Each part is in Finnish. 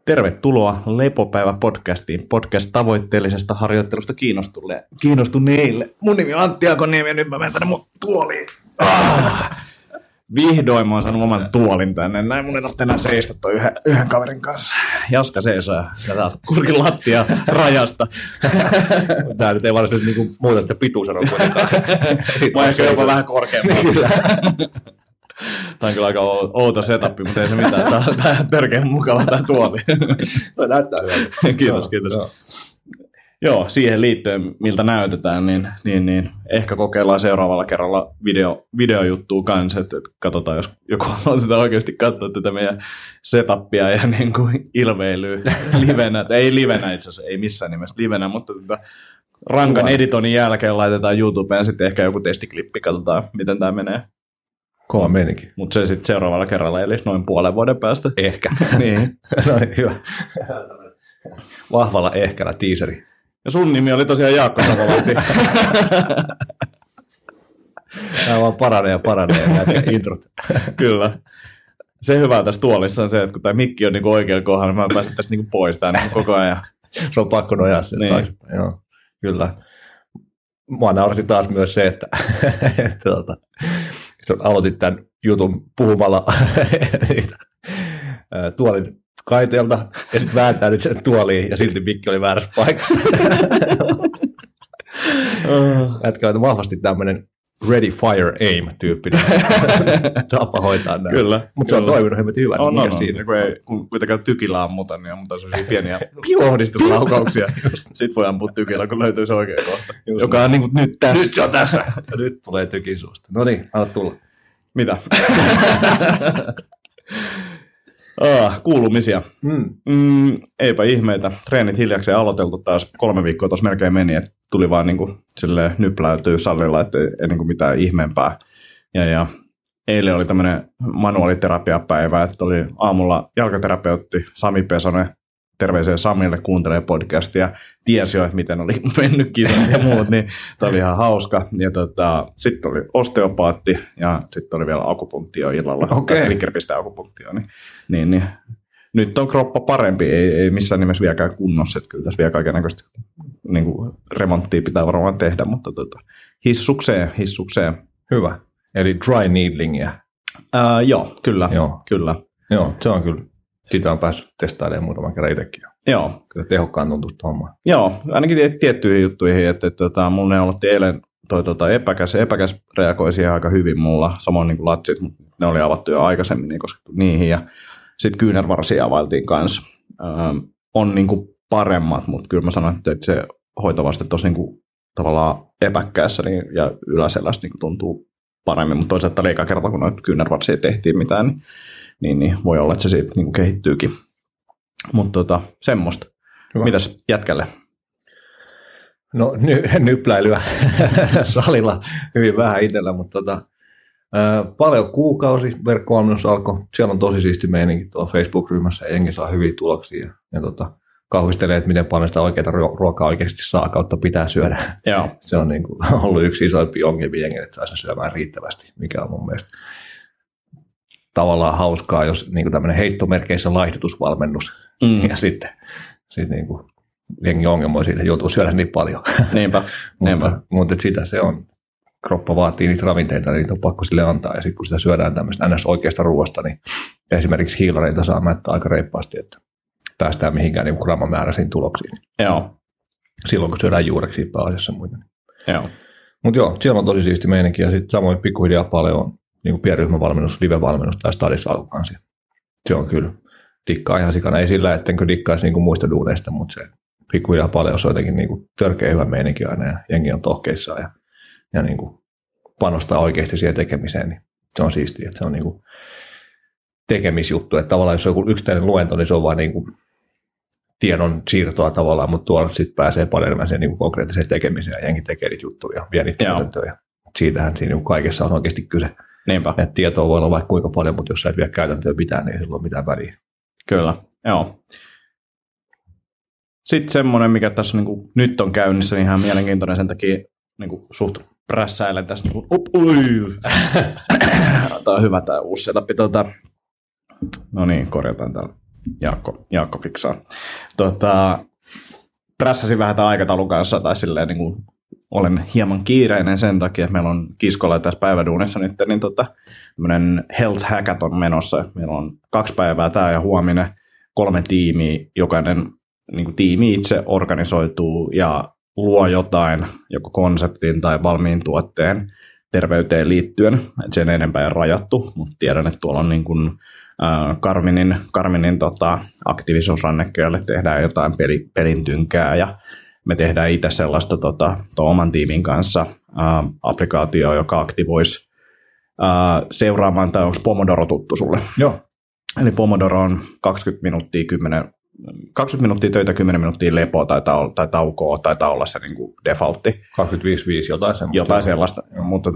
Tervetuloa Lepopäivä-podcastiin, podcast tavoitteellisesta harjoittelusta kiinnostuneille. Mun nimi on Antti Aakoniemi ja nyt mä menen tänne mun tuoliin. Vihdoin mä oon saanut oman tuolin tänne. Näin mun ei tarvitse enää seistä toi yhden kaverin kanssa. Jaska seisoo ja täältä kurkin lattia rajasta. Tää nyt ei varsinaisesti niinku muuta, että pituusero kuitenkaan. Mä ehkä jopa vähän korkeampaa. Tämä on kyllä aika outo setup, mutta ei se mitään. Tämä on törkeän mukava tämä tuoli. Tämä näyttää hyvältä. Kiitos. Joo, siihen liittyen, miltä näytetään, niin ehkä kokeillaan seuraavalla kerralla videojuttua kanssa, että katsotaan, jos joku haluaa oikeasti katsoa tätä meidän setupia ja niin kuin ilveilyä livenä. Ei livenä itse asiassa, ei missään nimessä livenä, mutta rankan editoinnin jälkeen laitetaan YouTubeen sitten ehkä joku testiklippi, katsotaan miten tämä menee. Kova menikin. Mutta se sitten seuraavalla kerralla, eli noin puolen vuoden päästä. Ehkä. Niin. No niin, hyvä. Vahvalla ehkällä tiiseri. Ja sun nimi oli tosiaan Jaakko Savolahti. Tämä vaan paranee näitä introt. Kyllä. Se hyvä tässä tuolissa on se, että kun tämä mikki on niinku oikealla kohdalla, niin mä pääsen tästä niinku pois tää niinku koko ajan. Se on pakko nojaa sen taaksepäin. Joo, kyllä. Mua naurasi taas myös se, että aloitit tämän jutun puhumalla tuolin kaiteelta ja sitten vääntää nyt sen tuoliin ja silti mikki oli väärässä paikassa. Jätkä on vahvasti tämmöinen ready, fire, aim-tyyppinen tapa hoitaa näin. Kyllä. Mutta se on toiminut hemmetin hyvän. On. Siinä? Kun kuitenkaan tykillä ammuta, niin ammutaan sellaisia pieniä kohdistuslaukauksia. Sitten voi ampua tykillä, kun löytyy se oikea kohta. Just joka on niin kuin nyt tässä. Nyt se on tässä. Ja nyt tulee tykin suusta. No niin, anna tulla. Mitä? Kuulumisia. Eipä ihmeitä. Treenit hiljakseen aloiteltu taas 3 viikkoa tuossa melkein meni, että tuli vaan niin kuin silleen nypläytyy salilla, että ei niin kuin mitään ihmeempää. Ja eilen oli tämmöinen manuaaliterapiapäivä, että oli aamulla jalkaterapeutti Sami Pesonen, terveisiä Samille, kuuntelee podcastia, tiesi jo, että miten oli mennyt kisat ja muut, niin tämä oli ihan hauska. Ja sitten oli osteopaatti ja sitten oli vielä akupunktio illalla, triggerpiste-akupunktio. Niin, nyt on kroppa parempi, ei missään nimessä vieläkään kunnossa, että kyllä tässä vielä kaikennäköistä niin kuin remonttia pitää varmaan tehdä, mutta hissukseen. Hyvä, eli dry needlingia. Joo, kyllä. Joo, se on kyllä. Sitä on päässyt testailemaan muutaman kerran itsekin. Joo. Kyllä tehokkaan tuntuista hommaa. Joo, ainakin tiettyihin juttuihin, että mun ne aloitti eilen epäkäs reagoi siihen aika hyvin mulla, samoin niin kuin latsit, mutta ne oli avattu jo aikaisemmin, niin koskettu niihin, ja sitten kyynärvarsia availtiin kanssa. On niin kuin paremmat, mutta kyllä mä sanoin, että se hoitovaste tosi niin kuin tavallaan epäkkäässä niin, ja yläselässä niin kuin tuntuu paremmin, mutta toisaalta oli eka kerta, kun noita kyynärvarsia tehtiin mitään, niin voi olla, että se siitä niin kehittyykin. Mutta semmoista. Hyvä. Mitäs jätkälle? No nypläilyä salilla hyvin vähän itsellä, mutta paljon kuukausi verkkovalmennus alkoi. Siellä on tosi siisti meininki tuolla Facebook-ryhmässä ja jengi saa hyviä tuloksia. Ja kauhistelee, että miten paljon sitä oikeaa ruokaa oikeasti saa kautta pitää syödä. Joo. Se on niin kuin ollut yksi isoimpia ongelmia jengi, että saa sen syömään riittävästi, mikä on mun mielestä tavallaan hauskaa, jos niin kuin tämmöinen heittomerkeissä laihdutusvalmennus ja sitten niin kuin jengi ongelmoi siitä, että joutuu syödä niin paljon. Niinpä. mutta sitä se on. Kroppa vaatii niitä ravinteita, niin niitä on pakko sille antaa. Ja sitten kun sitä syödään tämmöistä ns-oikeasta ruoasta, niin esimerkiksi hiilareita saa mättää aika reippaasti, että päästään mihinkään niin grammamääräisiin tuloksiin. Joo. Silloin kun syödään juureksi pääasiassa muita. Joo. Mutta joo, siellä on tosi siisti meininki. Ja sitten samoin pikkuhiljaa paljon niin pienryhmävalmennus, live-valmennus tai stadissa alkukansi. Se on kyllä dikkaa ihan sikana. Ei sillä, ettenkö dikkaisi niin muista duuneista, mutta se pikkuhiljaa paljon on jotenkin niin törkeä hyvä meininki aina ja jengi on tohkeissaan ja niin kuin panostaa oikeasti siihen tekemiseen, niin se on siistiä. Se on niin kuin tekemisjuttu, että tavallaan jos on joku yksittäinen luento, niin se on vain niin kuin tiedon siirtoa tavallaan, mutta tuolla sitten pääsee paljon enemmän siihen niin kuin konkreettiseen tekemiseen ja jengi tekee niitä juttuja ja vie niitä käytäntöjä. Siitähän siinä niin kaikessa on oikeasti kyse. Niinpä. Että tietoa voi olla vaikka kuinka paljon, mutta jos sä et vie käytäntöä mitään, niin ei sillä ole mitään väliä. Kyllä, joo. Sitten semmoinen, mikä tässä niin kuin nyt on käynnissä, niin ihan mielenkiintoinen sen takia niin kuin suht prässäilen tästä. Tämä on hyvä tämä uusi setup. No niin, korjataan täällä. Jaakko fiksaa. Prässäsin vähän tämän aikataulun kanssa, tai silleen niin kuin olen hieman kiireinen sen takia, että meillä on kiskolla tässä päiväduunissa nyt niin tämmöinen health hackathon menossa. Meillä on 2 päivää tämä ja huominen 3 tiimiä. Jokainen niin kuin tiimi itse organisoituu ja luo jotain, joko konseptin tai valmiin tuotteen terveyteen liittyen. Et sen enempää ei rajattu, mutta tiedän, että tuolla on niin kuin Karminin aktiivisuusrannekkeelle tehdään jotain pelintynkää ja me tehdään itse sellaista oman tiimin kanssa applikaatio, joka aktivoisi seuraamaan, tai onko Pomodoro tuttu sulle? Joo. Eli Pomodoro on 20 minuuttia töitä, 10 minuuttia lepoa tai taukoa, taitaa olla se niin kuin defaultti. 25-5, jotain sellaista. Jotain sellaista, mutta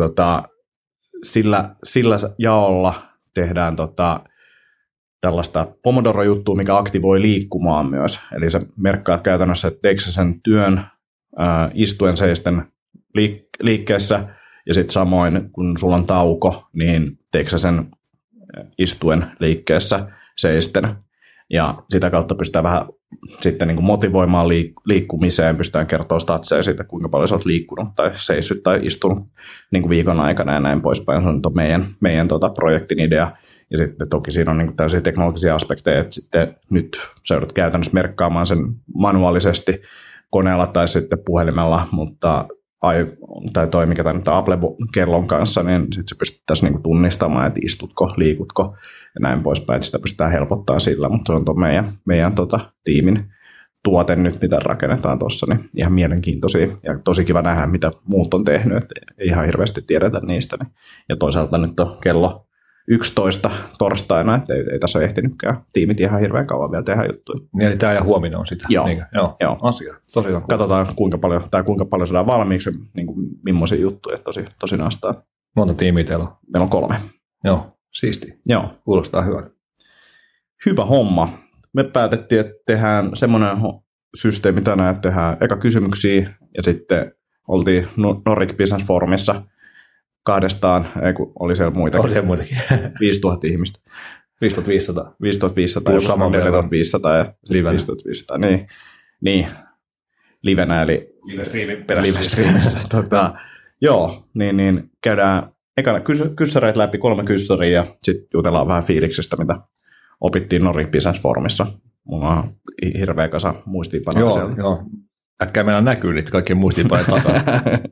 sillä jaolla tehdään tällaista Pomodoro-juttua, mikä aktivoi liikkumaan myös. Eli sä merkkaat käytännössä, että teekö sen työn istuen seisten liikkeessä, ja sitten samoin, kun sulla on tauko, niin teekö sen istuen liikkeessä seisten. Ja sitä kautta pystytään vähän sitten niin kuin motivoimaan liikkumiseen, pystytään kertoa statseja siitä, kuinka paljon sä oot liikkunut tai seissyt tai istunut niin kuin viikon aikana ja näin poispäin. Se on meidän projektin idea. Ja sitten toki siinä on niin kuin täysin teknologisia aspekteja, että sitten nyt sä joudut käytännössä merkkaamaan sen manuaalisesti koneella tai sitten puhelimella, mutta tai toi mikä tämä nyt on Apple-kellon kanssa, niin sitten se pystyttäisiin niin kuin tunnistamaan, että istutko, liikutko ja näin poispäin, että sitä pystytään helpottamaan sillä, mutta se on meidän tiimin tuote nyt, mitä rakennetaan tuossa, niin ihan mielenkiintoisia ja tosi kiva nähdä, mitä muut on tehnyt, että ei ihan hirveästi tiedetä niistä. Niin. Ja toisaalta nyt on kello 11 torstaina, että ei tässä ole ehtinytkään tiimit ihan hirveän kauan vielä tehdä juttuja. Niin, eli tämä ja huominen on sitä. Joo. Asia. Tosi hyvä. Katsotaan, kuinka paljon saadaan valmiiksi, niin kuin millaisia juttuja, tosi nastaa. Monta tiimiä teillä on? Meillä on 3. Joo, siisti. Joo. Kuulostaa hyvältä. Hyvä homma. Me päätettiin, että tehdään semmoinen systeemi tänään, että tehdään eka kysymyksiä ja sitten oltiin Nordic Business Forumissa kahdestaan, oli siellä muitakin. Oli siellä muitakin. 5000 ihmistä. 5500. 5500 ja 4500 ja livenä. 5500. Niin. Livenä eli live-streamissä. Joo, niin käydään ekana kyssäreitä läpi, 3 kyssäriä ja sitten jutellaan vähän fiiliksestä, mitä opittiin Nordic Business Forumissa. Mulla on hirveä kasa muistiinpanoja siellä. Joo. Äkkiä meillä näkyy niitä kaikkien muistiinpanoja takana.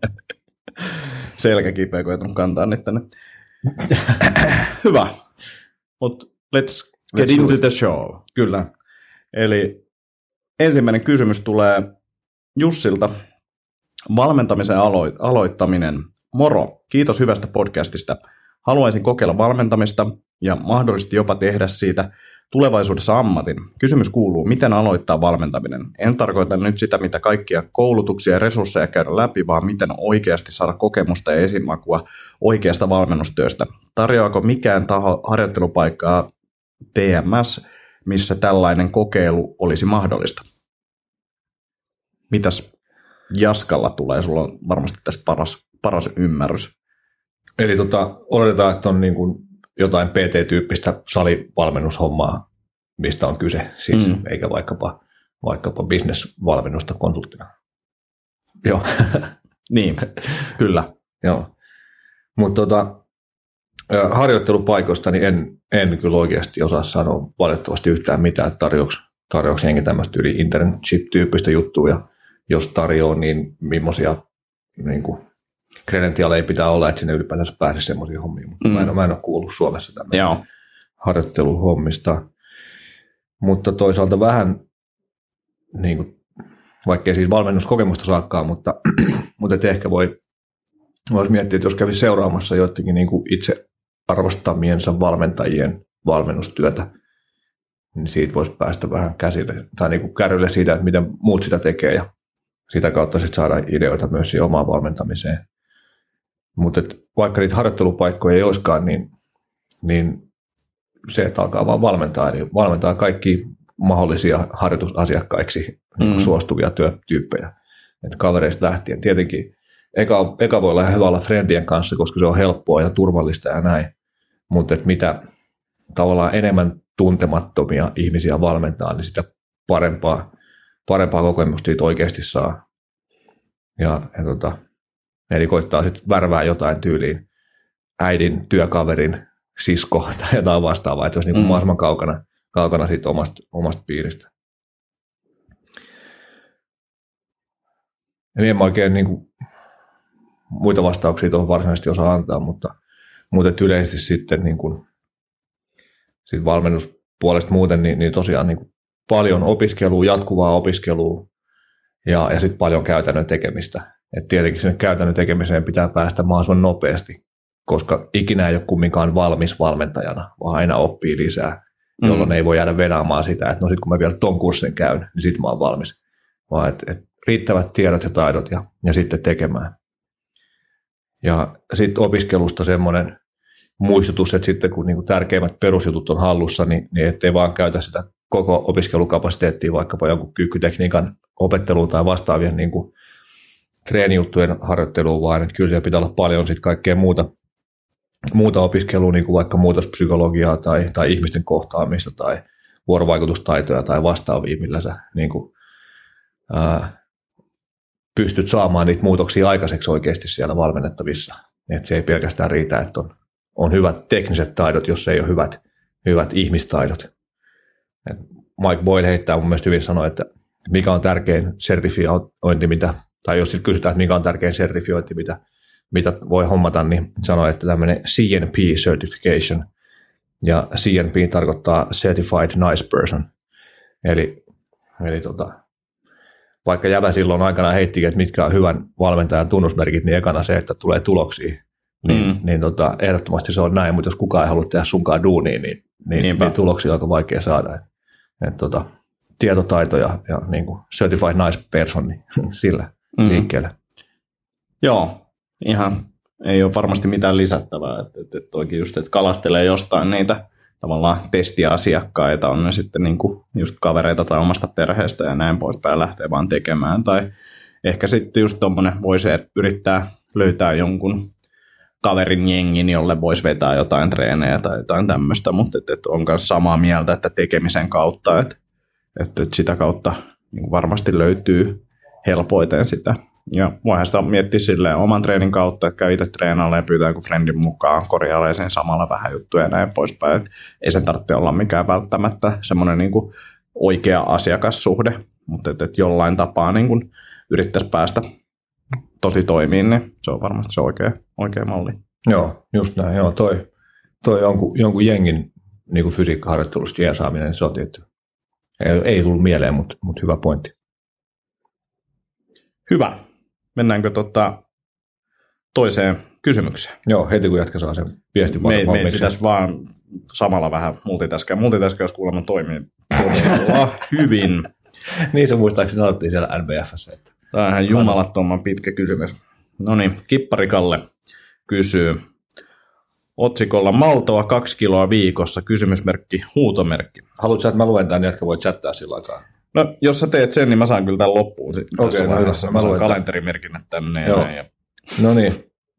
Selkäkipeä, kun ei tullut kantaa nyt tänne. Hyvä. Mutta let's get into the show. Kyllä. Eli ensimmäinen kysymys tulee Jussilta. Valmentamisen aloittaminen. Moro, kiitos hyvästä podcastista. Haluaisin kokeilla valmentamista ja mahdollisesti jopa tehdä siitä tulevaisuudessa ammatin. Kysymys kuuluu, miten aloittaa valmentaminen? En tarkoita nyt sitä, mitä kaikkia koulutuksia ja resursseja käydä läpi, vaan miten oikeasti saada kokemusta ja esimakua oikeasta valmennustyöstä. Tarjoako mikään taho harjoittelupaikkaa TMS, missä tällainen kokeilu olisi mahdollista? Mitäs Jaskalla tulee? Sulla on varmasti tästä paras ymmärrys. Eli oletetaan, että on niin kuin jotain PT-tyyppistä salivalmennushommaa, mistä on kyse, siis, eikä vaikkapa business-valmennusta konsulttina. Joo. Niin, kyllä. Joo. Mutta harjoittelupaikoista niin en kyllä oikeasti osaa sanoa valitettavasti yhtään mitään, että tarjoaksi jengi tämmöistä yli internship-tyyppistä juttua, ja jos tarjoaa, niin millaisia niin kuin kredentiaaleja pitää olla, että sinne ylipäätänsä pääsisi semmoisiin hommiin, mutta mä en ole kuullut Suomessa tämmöistä harjoitteluhommista. Mutta toisaalta vähän, niin kuin, vaikkei siis valmennuskokemusta saakkaan, mutta ehkä voisi miettiä, että jos kävisi seuraamassa joidenkin niin kuin itse arvostamiensa valmentajien valmennustyötä, niin siitä voisi päästä vähän käsille tai niin kuin kärrylle siitä, että miten muut sitä tekee, ja sitä kautta sitten saada ideoita myös siihen omaan valmentamiseen. Mutta vaikka niitä harjoittelupaikkoja ei olisikaan, niin se, että alkaa vaan valmentaa, eli valmentaa kaikki mahdollisia harjoitusasiakkaiksi niin suostuvia työtyyppejä. Että kavereista lähtien. Tietenkin eka voi olla ihan hyvä olla friendien kanssa, koska se on helppoa ja turvallista ja näin. Mutta mitä tavallaan enemmän tuntemattomia ihmisiä valmentaa, niin sitä parempaa kokemusta siitä oikeasti saa. Eli koittaa sitten värvää jotain tyyliin äidin, työkaverin, sisko tai jotain vastaavaa, että olisi niin mahdollisimman kaukana siitä omasta piiristä. Eli en mä oikein niin kuin muita vastauksia tuohon varsinaisesti osaa antaa, mutta yleisesti sitten niin kuin, siitä valmennuspuolesta muuten, niin tosiaan niin kuin paljon opiskelua, jatkuvaa opiskelua ja sitten paljon käytännön tekemistä. Et tietenkin sinne käytännön tekemiseen pitää päästä mahdollisimman nopeasti, koska ikinä ei ole kumminkaan valmis valmentajana, vaan aina oppii lisää, jolloin ei voi jäädä vedaamaan sitä, että no sitten kun mä vielä ton kurssin käyn, niin sitten mä oon valmis. Vaan et riittävät tiedot ja taidot ja sitten tekemään. Ja sitten opiskelusta semmoinen muistutus, että sitten kun niinku tärkeimmät perusjutut on hallussa, niin ettei vaan käytä sitä koko opiskelukapasiteettia vaikkapa jonkun kyykkytekniikan opetteluun tai vastaavien niinku treenijuttujen harjoitteluun, vaan että kyllä siellä pitää olla paljon sit kaikkea muuta opiskelua, niin kuin vaikka muutospsykologiaa tai ihmisten kohtaamista tai vuorovaikutustaitoja tai vastaavia, millä sä niin kuin, pystyt saamaan niitä muutoksia aikaiseksi oikeasti siellä valmennettavissa. Et se ei pelkästään riitä, että on hyvät tekniset taidot, jos ei ole hyvät ihmistaidot. Et Mike Boyle heittää mun mielestä hyvin sanoa, että mikä on tärkein sertifiointi, tai jos sitten kysytään, että mikä on tärkein sertifiointi, mitä voi hommata, niin sanoo, että tämmöinen CNP certification, ja CNP tarkoittaa Certified Nice Person, eli vaikka jäbä silloin aikanaan heittikin, että mitkä on hyvän valmentajan tunnusmerkit, niin ekana se, että tulee tuloksia, niin ehdottomasti se on näin, mutta jos kukaan ei halua tehdä sunkaan duunia, niin tuloksia on aika vaikea saada. Tietotaito ja niin kuin Certified Nice Person, niin sillä liikkeelle. Joo, ihan ei ole varmasti mitään lisättävää, että toikin just, että kalastelee jostain niitä tavallaan testiasiakkaita, on ne sitten niin kuin just kavereita tai omasta perheestä ja näin poispäin lähtee vaan tekemään, tai ehkä sitten just tommoinen voisi yrittää löytää jonkun kaverin jengin, jolle voisi vetää jotain treenejä tai jotain tämmöistä, mutta on myös samaa mieltä, että tekemisen kautta, että sitä kautta niin varmasti löytyy helpoiten sitä. Ja voihan sitä miettiä silleen oman treenin kautta, että käy itse treenalle ja pyytää jonkun friendin mukaan, korjailee sen samalla vähän juttuja ja näin poispäin. Et ei sen tarvitse olla mikään välttämättä semmoinen niin kuin oikea asiakassuhde, mutta että jollain tapaa niin kuin yrittäisi päästä tosi toimiin, niin se on varmasti se oikea malli. Joo, just näin. Joo, toi jonkun jengin niin kuin fysiikkaharjoittelusta jeesaaminen, niin se on tietty. Ei tullut mieleen, mutta hyvä pointti. Hyvä. Mennäänkö toiseen kysymykseen? Joo, heti kun jätkä saa sen viestin valmiiksi. Me pitäisi vaan samalla vähän multitaskia. Multitaskia kuulemma toimii todella hyvin. Niin se muistaakseni aloittiin siellä NBF:ssä. Tämä on ihan jumalattoman pitkä kysymys. No niin, Kippari Kalle kysyy otsikolla Maltoa 2 kiloa viikossa, kysymysmerkki, huutomerkki. Haluatko sä, että mä luen tämän, jotka voit chattaa sillä aikaa? No, jos sä teet sen, niin mä saan kyllä tämän loppuun. Okei, no hyvä. Mä saan kalenterimerkinnät tänne. Ja no niin.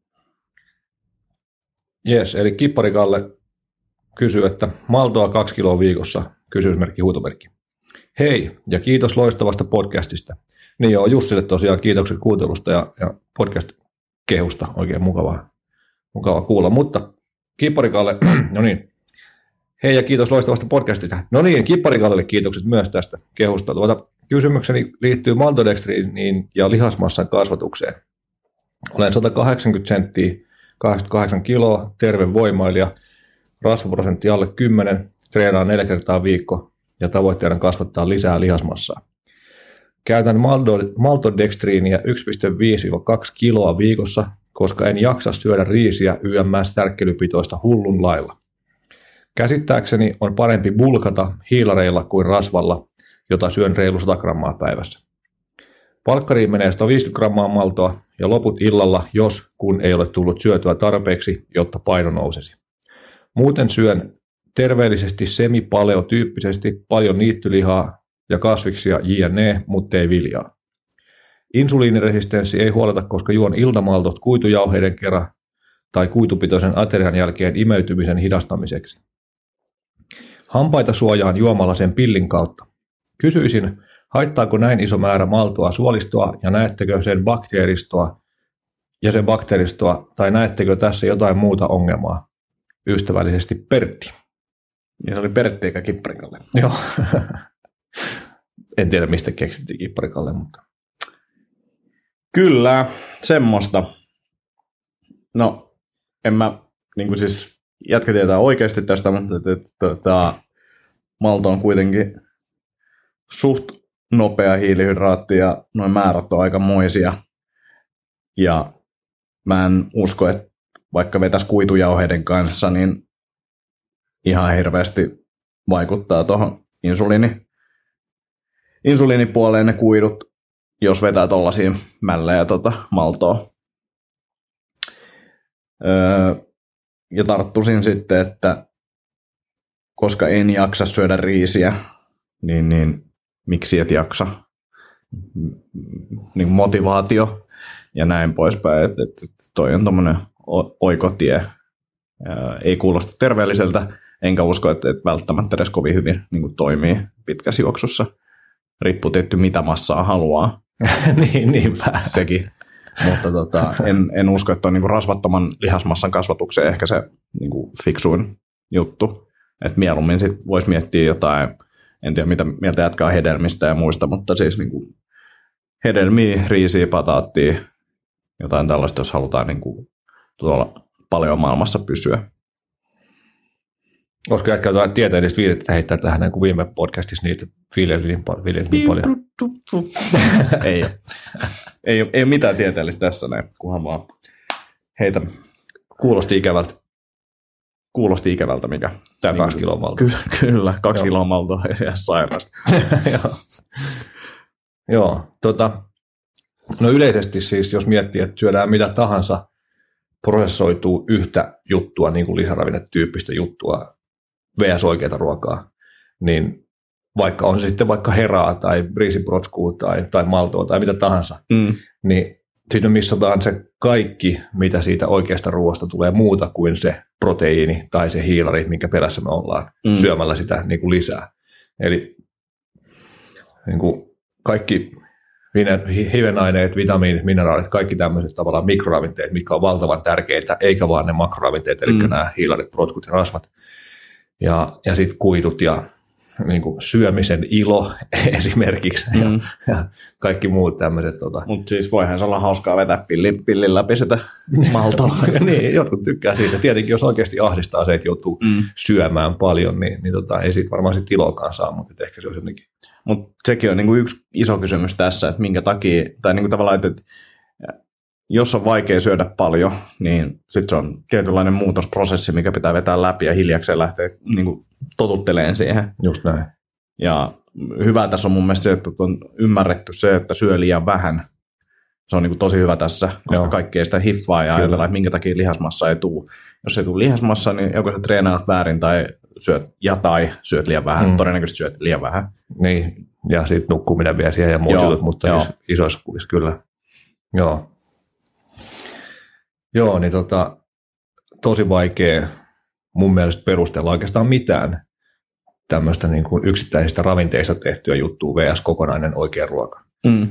Jes, eli Kippari Kalle kysyy, että Maltoa 2 kiloa viikossa, kysymysmerkki, huutomerkki. Hei, ja kiitos loistavasta podcastista. Niin joo, Jussille tosiaan kiitokset kuuntelusta ja podcast-kehusta. Oikein mukavaa kuulla. Mutta Kippari Kalle, no niin. Hei ja kiitos loistavasta podcastista. No niin, Kippari Kallelle kiitokset myös tästä kehusta. Kysymykseni liittyy maltodextriiniin ja lihasmassan kasvatukseen. Olen 180 senttiä, 88 kiloa, terve voimailija, rasvaprosentti alle 10, treenaan 4 kertaa viikko ja tavoitteena kasvattaa lisää lihasmassaa. Käytän maltodextriiniä 1,5-2 kiloa viikossa, koska en jaksa syödä riisiä YMS-tärkkelypitoista hullun lailla. Käsittääkseni on parempi bulkata hiilareilla kuin rasvalla, jota syön reilu 100 grammaa päivässä. Palkkariin menee 150 grammaa maltoa ja loput illalla, jos kun ei ole tullut syötyä tarpeeksi, jotta paino nousisi. Muuten syön terveellisesti semipaleotyyppisesti paljon niittylihaa ja kasviksia jne, mutta ei viljaa. Insuliiniresistenssi ei huoleta, koska juon iltamaltot kuitujauheiden kerran tai kuitupitoisen aterian jälkeen imeytymisen hidastamiseksi. Hampaita suojaan juomalla sen pillin kautta. Kysyisin, haittaako näin iso määrä maltoa suolistoa ja näettekö sen bakteeristoa tai näettekö tässä jotain muuta ongelmaa? Ystävällisesti Pertti. Ja se oli Pertti eikä Kipparikalle. Joo. En tiedä, mistä keksittiin Kipparikalle, mutta... Kyllä, semmoista. No, en mä, niin kuin siis jätkä tietää oikeasti tästä, mutta malto on kuitenkin suht nopea hiilihydraatti ja noin määrät on aikamoisia. Ja mä en usko, että vaikka vetäisi kuitujauheiden kanssa, niin ihan hirveästi vaikuttaa tuohon insuliinipuoleen ne kuidut, jos vetää tollaisia mällejä maltoa. Ja tarttuisin sitten, että koska en jaksa syödä riisiä, niin miksi et jaksa? Niin motivaatio ja näin poispäin. Että toi on tommoinen oikotie. Ei kuulosta terveelliseltä, enkä usko, että välttämättä edes kovin hyvin niin toimii pitkässä juoksussa. Riippuu tietty mitä massaa haluaa. Niinpä. Sekin. Mutta en usko, että on niin rasvattoman lihasmassan kasvatukseen ehkä se niin fiksuin juttu. Et mieluummin sit voisi miettiä jotain, en tiedä mitä mieltä jatkaa hedelmistä ja muista, mutta siis niin hedelmiä, riisiä, pataattia, jotain tällaista, jos halutaan niin tuolla paljon maailmassa pysyä. Olisiko jätkä jotain tieteellistä viitettä heittää tähän, niin kuin viime podcastissa niitä fiileiltiin niin paljon? Ei ole mitään tieteellistä tässä näin, kunhan vaan heitä. Kuulosti ikävältä, mikä. Tämä 2 kiloa maltoa. Kyllä, 2 kiloa maltoa ja sairaasta. Joo, no yleisesti siis, jos miettii, että syödään mitä tahansa prosessoituu yhtä juttua, niin kuin lisäravinnetyyppistä juttua, vs. oikeaa ruokaa, niin vaikka on se sitten vaikka heraa tai riisiprotskua tai maltoa tai mitä tahansa, niin sitten missataan se kaikki, mitä siitä oikeasta ruoasta tulee muuta kuin se proteiini tai se hiilari, minkä perässä me ollaan syömällä sitä niin kuin lisää. Eli niin kuin kaikki hivenaineet, vitamiinit, mineraalit, kaikki tämmöiset tavallaan mikroravinteet, mitkä on valtavan tärkeitä, eikä vaan ne makroravinteet, eli nämä hiilarit, protskut ja rasvat. Ja sitten kuidut ja niin kuin syömisen ilo esimerkiksi ja kaikki muut tämmöiset. Mutta siis voihan se olla hauskaa vetää pillin läpi sitä maltoa. Niin, jotkut tykkää siitä. Tietenkin jos oikeasti ahdistaa se, että joutuu syömään paljon, niin ei siitä varmaan sit iloakaan saa, mutta ehkä se on jotenkin. Mutta sekin on niinku yksi iso kysymys tässä, että minkä takia, tai niinku tavallaan, että jos on vaikea syödä paljon, niin sitten se on tietynlainen muutosprosessi, mikä pitää vetää läpi ja hiljakseen lähteä niinku totuttelemaan siihen. Just näin. Ja hyvä tässä on mun mielestä se, että on ymmärretty se, että syö liian vähän. Se on niinku tosi hyvä tässä, koska kaikki ei sitä hiffaa ja ajatellaan, että minkä takia lihasmassa ei tule. Jos ei tule lihasmassa, niin joko sä treenaat väärin tai syöt liian vähän. Todennäköisesti syöt liian vähän. Niin, ja sitten nukkuminen vielä siihen ja muut jutut, mutta siis isoissa kuvissa kyllä. Joo, niin tosi vaikea mun mielestä perustella oikeastaan mitään tämmöistä niin kuin yksittäisistä ravinteista tehtyä juttua vs. kokonainen oikea ruoka.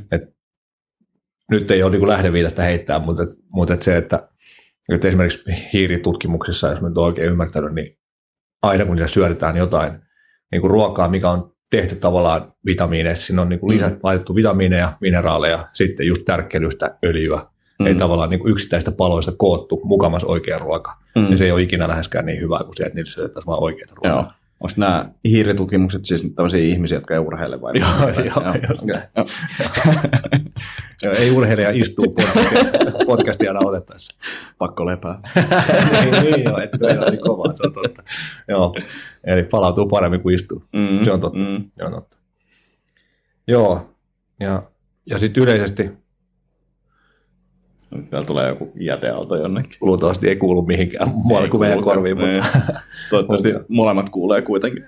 Nyt ei ole niin kuin lähdeviitettä heittää, mutta se, että esimerkiksi hiiritutkimuksissa, jos mä nyt oikein ymmärtänyt, niin aina kun niillä syödetään jotain niin kuin ruokaa, mikä on tehty tavallaan vitamiineissa, siinä on niin kuin laitettu vitamiineja, mineraaleja, sitten just tärkkelystä, öljyä, ei tavallaan niin kuin yksittäistä paloista koottu mukamas oikea ruoka, niin se ei ole ikinä läheskään niin hyvää kuin se, että niillä syötetään vaan oikeita ruokaa. Joo. Onko nämä hiiritutkimukset siis tämmöisiä ihmisiä, jotka ei urheile vai? Joo, ei urheilija istuu podcastia nauhoitettaessa. Pakko lepää. niin joo, että meillä on niin kovaa, se on totta. Joo, eli palautuu paremmin kuin istuu. Se on totta. Se on totta. Joo, ja sitten yleisesti täällä tulee joku jäteauto jonnekin. Luultavasti ei kuulu mihinkään muualle kuin meidän korviin. Mutta toivottavasti molemmat kuulee kuitenkin.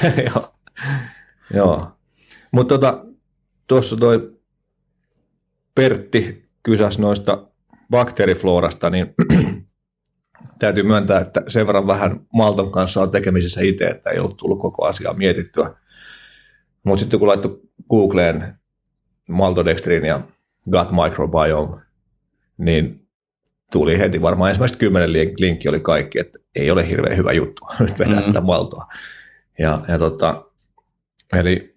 Joo. Mutta tuossa toi Pertti kysäsi noista bakteerifloorasta, niin täytyy myöntää, että sen verran vähän malton kanssa on tekemisissä itse, että ei ollut tullut koko asiaa mietittyä. Mutta sitten kun laittoi Googleen maltodextrin ja gut microbiome, niin tuli heti varmaan ensimmäiset 10 linkki oli kaikki, että ei ole hirveän hyvä juttu nyt vetää tätä maltoa. Eli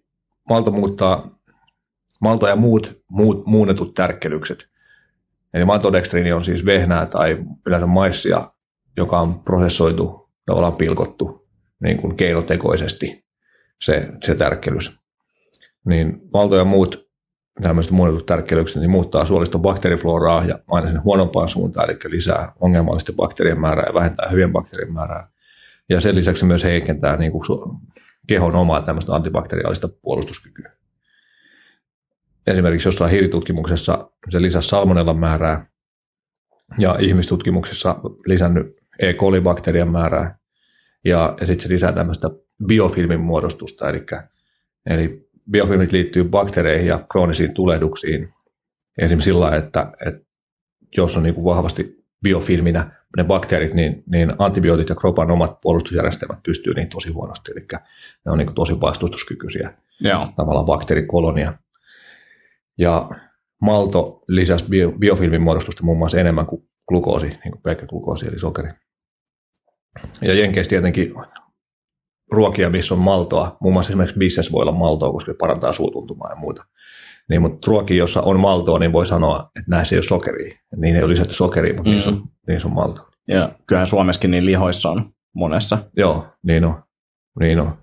malto ja muut muunnetut tärkkelykset. Eli maltodextrini on siis vehnää tai yleensä maissia, joka on prosessoitu, tavallaan pilkottu niin kuin keinotekoisesti se tärkkelys. Niin malto ja muut tämmöiset muunnetut tärkkelykset niin muuttaa suoliston bakteerifloraa ja aina sen huonompaan suuntaan, eli lisää ongelmallisten bakteerien määrää ja vähentää hyvien bakteerien määrää. Ja sen lisäksi myös heikentää niin kuin kehon omaa tämmöistä antibakteriaalista puolustuskykyä. Esimerkiksi jossain hiiritutkimuksessa se lisäsi salmonellan määrää ja ihmistutkimuksessa lisännyt E. coli-bakteerien määrää ja sitten se lisää tämmöistä biofilmin muodostusta, eli biofilmit liittyy bakteereihin ja kroonisiin tulehduksiin. Esimerkiksi sillä lailla, että jos on niin kuin vahvasti biofilminä ne bakteerit, niin antibiootit ja kropan omat puolustusjärjestelmät pystyy niin tosi huonosti, eli ne on niin kuin tosi vastustuskykyisiä, tavallaan bakteerikolonia. Ja malto lisäsi biofilmin muodostusta muun muassa enemmän kuin glukoosi, niin kuin pelkkä glukoosi eli sokeri. Ja Jenkeissä tietenkin ruokia, missä on maltoa, muun muassa esimerkiksi bisnes voi olla maltoa, koska se parantaa suutuntumaa ja muuta. Niin, mutta ruokia, jossa on maltoa, niin voi sanoa, että näissä ei ole sokeria. Niin ei ole lisätty sokeria, mutta niissä on maltoa. Ja kyllähän Suomessakin niin lihoissa on monessa. Joo, niin on.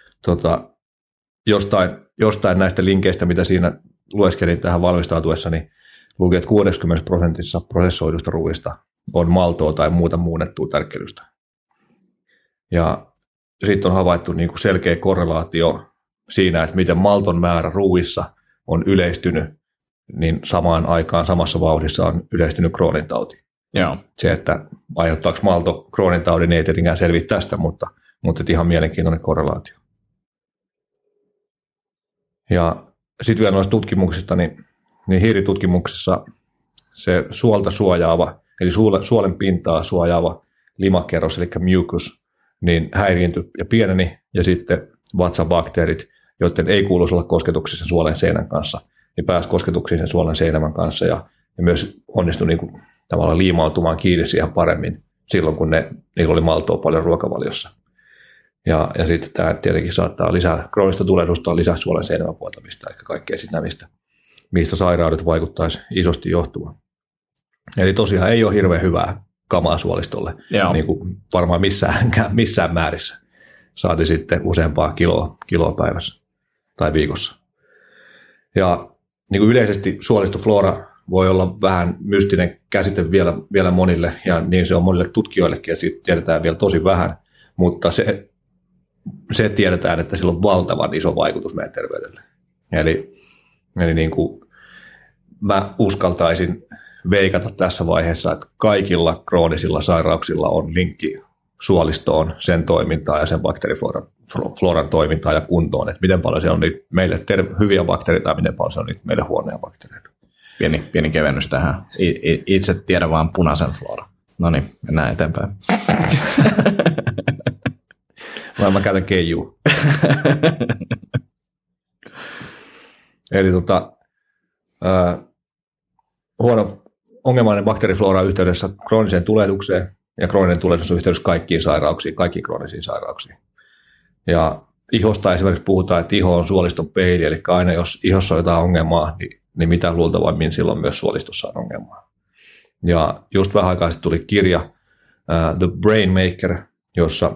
Jostain näistä linkeistä, mitä siinä lueskelin tähän valmistautuessa, niin luki, että 60% prosessoidusta ruuista on maltoa tai muuta muunnettua tärkkelystä. Ja sitten on havaittu niin kuin selkeä korrelaatio siinä, että miten malton määrä ruuissa on yleistynyt, niin samaan aikaan samassa vauhdissa on yleistynyt Crohnin tauti. Joo. Se, että aiheuttaako malto Crohnin taudin, ei tietenkään selviä tästä, mutta ihan mielenkiintoinen korrelaatio. Ja sitten vielä noista tutkimuksista, niin hiiritutkimuksessa se suolta suojaava, eli suolen pintaa suojaava limakerros, eli mucus, niin häiriintyi ja pieneni, ja sitten vatsabakteerit, joiden ei kuuluisi olla kosketuksissa suolen seinän kanssa, niin pääsi kosketuksiin sen suolen seinämän kanssa, ja myös onnistui niin kuin tavallaan liimautumaan kiinni siihen paremmin silloin, kun niillä oli maltoa paljon ruokavaliossa. Ja sitten tämä tietenkin saattaa lisää kroonista tulehdusta, lisää suolen seinämän puoltamista, eli kaikkea sitä, mistä sairaudet vaikuttaisi isosti johtumaan. Eli tosiaan ei ole hirveän hyvää kamaa suolistolle, niin kuin varmaan missään määrissä. Saati sitten useampaa kiloa päivässä tai viikossa. Ja niin kuin yleisesti suolistoflora voi olla vähän mystinen käsite vielä monille, ja niin se on monille tutkijoillekin, ja siitä tiedetään vielä tosi vähän, mutta se tiedetään, että sillä on valtavan iso vaikutus meidän terveydelle. Eli niin kuin mä uskaltaisin veikata tässä vaiheessa, että kaikilla kroonisilla sairauksilla on linkki suolistoon, sen toimintaan ja sen bakteerifloran toimintaan ja kuntoon, että miten paljon se on niitä meille hyviä bakteereita ja miten paljon se on niitä meille huonoja bakteereita. Pieni kevennys tähän. Itse tiedän vaan punaisen flora. No niin, mennään eteenpäin. Mä käytän keijua. Eli huono ongelmainen bakteeriflora on yhteydessä krooniseen tulehdukseen, ja krooninen tulehdus on yhteydessä kaikkiin kroonisiin sairauksiin. Ja ihosta esimerkiksi puhutaan, että iho on suoliston peili, eli aina jos ihossa on jotain ongelmaa, niin mitä luultavammin silloin myös suolistossa on ongelmaa. Ja just vähän aikaa sitten tuli kirja The Brain Maker, jossa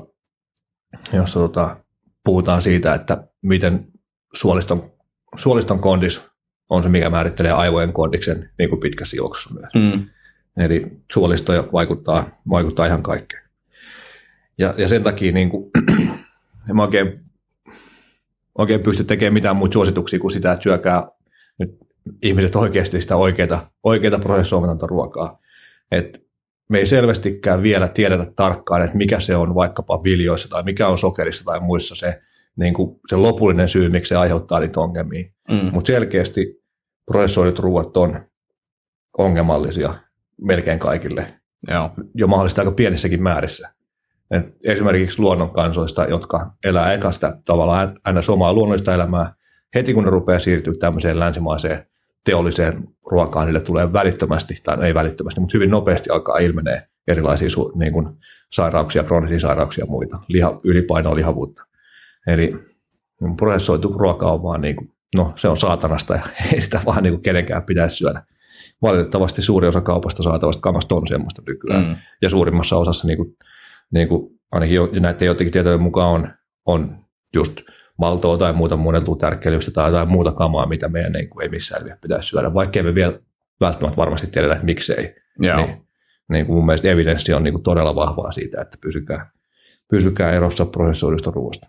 puhutaan siitä, että miten suoliston kondis on se, mikä määrittelee aivojen kondiksen niin kuin pitkässä juoksussa myös. Eli suolisto vaikuttaa ihan kaikkeen. Ja sen takia niin kuin, en mä oikein pysty tekemään mitään muita suosituksia kuin sitä, että syökää nyt ihmiset oikeasti sitä oikeaa prosessoimatonta ruokaa. Et me ei selvästikään vielä tiedetä tarkkaan, että mikä se on vaikkapa viljoissa tai mikä on sokerissa tai muissa se lopullinen syy, miksi se aiheuttaa niitä ongelmia. Mutta selkeästi prosessoidut ruuat on ongelmallisia melkein kaikille Joo. jo mahdollisesti aika pienissäkin määrissä. Et esimerkiksi luonnonkansoista, jotka elää eka sitä tavallaan aina omaa luonnollista elämää, heti kun ne rupeaa siirtyä tämmöiseen länsimaiseen teolliseen ruokaan, niille tulee välittömästi, tai ei välittömästi, mutta hyvin nopeasti alkaa ilmenee erilaisia niin kuin sairauksia, kroonisia sairauksia ja muita, ylipainoa, lihavuutta. Eli prosessoitu ruoka on vaan niin kuin, no se on saatanasta ja ei sitä vaan niin kuin kenenkään pitäisi syödä. Valitettavasti suuri osa kaupasta saatavasta kamasta on semmoista nykyään. Ja suurimmassa osassa niin kuin ainakin näiden jotenkin tietojen mukaan on just maltoa tai muuta muunneltua tärkkelystä tai jotain muuta kamaa, mitä meidän ei missään pitäisi syödä, vaikkei me vielä välttämättä varmasti tiedetä, että miksei. Niin kuin mun mielestä evidenssi on niin kuin todella vahvaa siitä, että pysykää erossa prosessoidusta ruoasta.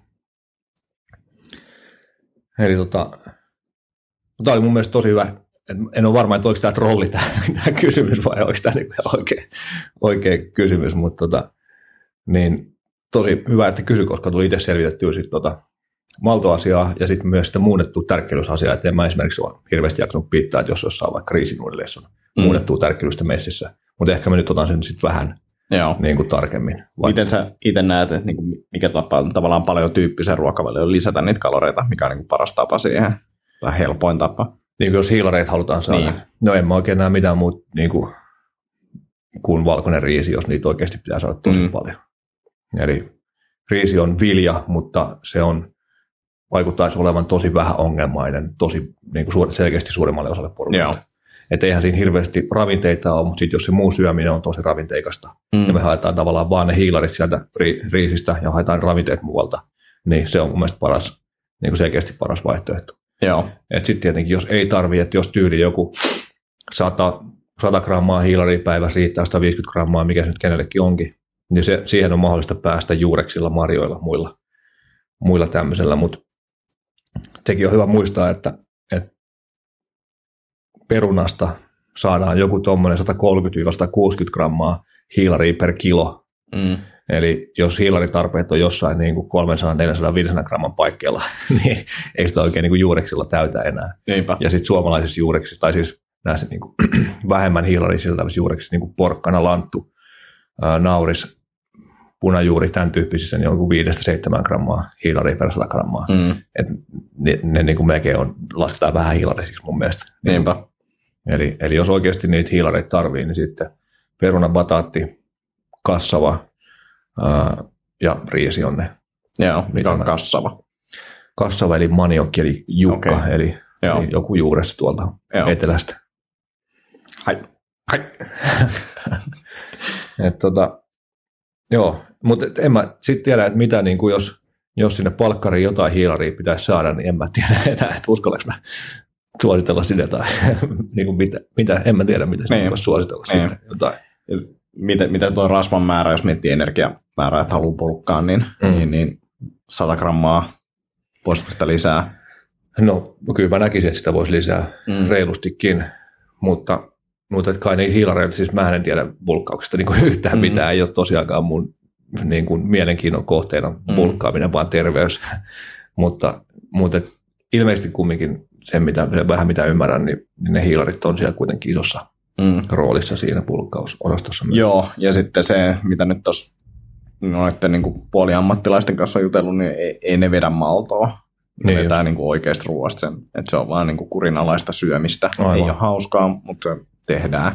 Eli tämä oli mun mielestä tosi hyvä. En ole varma, että oliko tämä trolli tämä kysymys vai oliko tämä niin oikea kysymys, mutta niin tosi hyvä, että kysy, koska tuli itse selvitettyä sitten maltoasiaa ja sitten myös sitä muunnettua tärkkelysasiaa, että en mä esimerkiksi ole hirveästi jaksanut piittaa, että jos jossain vaikka riisinuudeleissa on muunnettua tärkkelystä messissä, mutta ehkä mä nyt otan sen sitten vähän niin kuin tarkemmin. Miten sä itse näet, että niin mikä tapa on tavallaan paljon tyyppisen ruokavalion lisätä niitä kaloreita, mikä on niin kuin paras tapa siihen, tai helpoin tapa? Niin kuin jos hiilareita halutaan saada. Niin. No en mä oikein näe mitään muuta niin kuin valkoinen riisi, jos niitä oikeasti pitää saada tosi paljon. Eli riisi on vilja, mutta se vaikuttaisi olevan tosi vähän ongelmainen, tosi niin kuin selkeästi suurimmalle osalle porukasta. Että eihän siinä hirveästi ravinteita ole, mutta sitten jos se muu syöminen on tosi ravinteikasta, ja me haetaan tavallaan vaan ne hiilarit sieltä riisistä ja haetaan ravinteet muualta, niin se on mun mielestä paras, niin kuin selkeästi paras vaihtoehto. Että sitten tietenkin, jos ei tarvitse, että jos tyyli joku 100 grammaa hiilaria päivässä riittää 150 grammaa, mikä se nyt kenellekin onkin, niin siihen on mahdollista päästä juureksilla, marjoilla, muilla tämmöisellä, mutta tekin on hyvä muistaa, että perunasta saadaan joku tuommoinen 130-160 grammaa hiilaria per kilo. Eli jos hiilaritarpeet on jossain niin kuin 300-400-500 gramman paikkeilla, niin ei sitä oikein niin kuin juureksilla täytä enää. Eipä. Ja sitten suomalaisissa juureksissa, tai siis näissä niin kuin vähemmän hiilaria siltävissä juureksissa, niin kuin porkkana, lanttu, nauris, punajuuri, tämän tyyppisissä, niin on joku 5-7 grammaa hiilaria per 100 grammaa. Et ne niin kuin melkein lasketaan vähän hiilarisiksi mun mielestä. Niinpä. Eli jos oikeasti niitä hiilareita tarvii, niin sitten peruna, bataatti, kassava ja riisi on ne. Joo, mikä on kassava? Kassava eli maniokki eli jukka, eli joku juures tuolta etelästä. Hai. Joo, mutta en mä sitten tiedä, että mitä, niin kuin jos sinne palkkariin jotain hiilaria pitäisi saada, niin en mä tiedä enää, että uskallanko mä suositella sinne tai niin kuin mitä, en mä tiedä, mitä sinne voisi suositella sinne jotain. Miten tuo rasvan määrä, jos miettii energiamäärää, että haluaa pulkkaan, niin 100 grammaa, voisiko sitä lisää? No kyllä mä näkisin, että sitä voisi lisää reilustikin, mutta kai ne hiilareita, siis mä en tiedä bulkkauksesta niin kuin yhtään mitään, ei ole tosiaankaan mun niin kuin mielenkiinnon kohteena bulkkaaminen, vaan terveys, mutta ilmeisesti kumminkin se vähän mitä ymmärrän, niin ne hiilarit on siellä kuitenkin isossa roolissa siinä bulkkausosastossa. Joo, ja sitten se, mitä nyt tuossa noiden niin kuin puoliammattilaisten kanssa on jutellut, niin ei ne vedä maltoa. Ne vetää niin kuin oikeasta ruoasta sen, että se on vaan niin kuin kurinalaista syömistä. Aivan. Ei ole hauskaa, mutta se tehdään.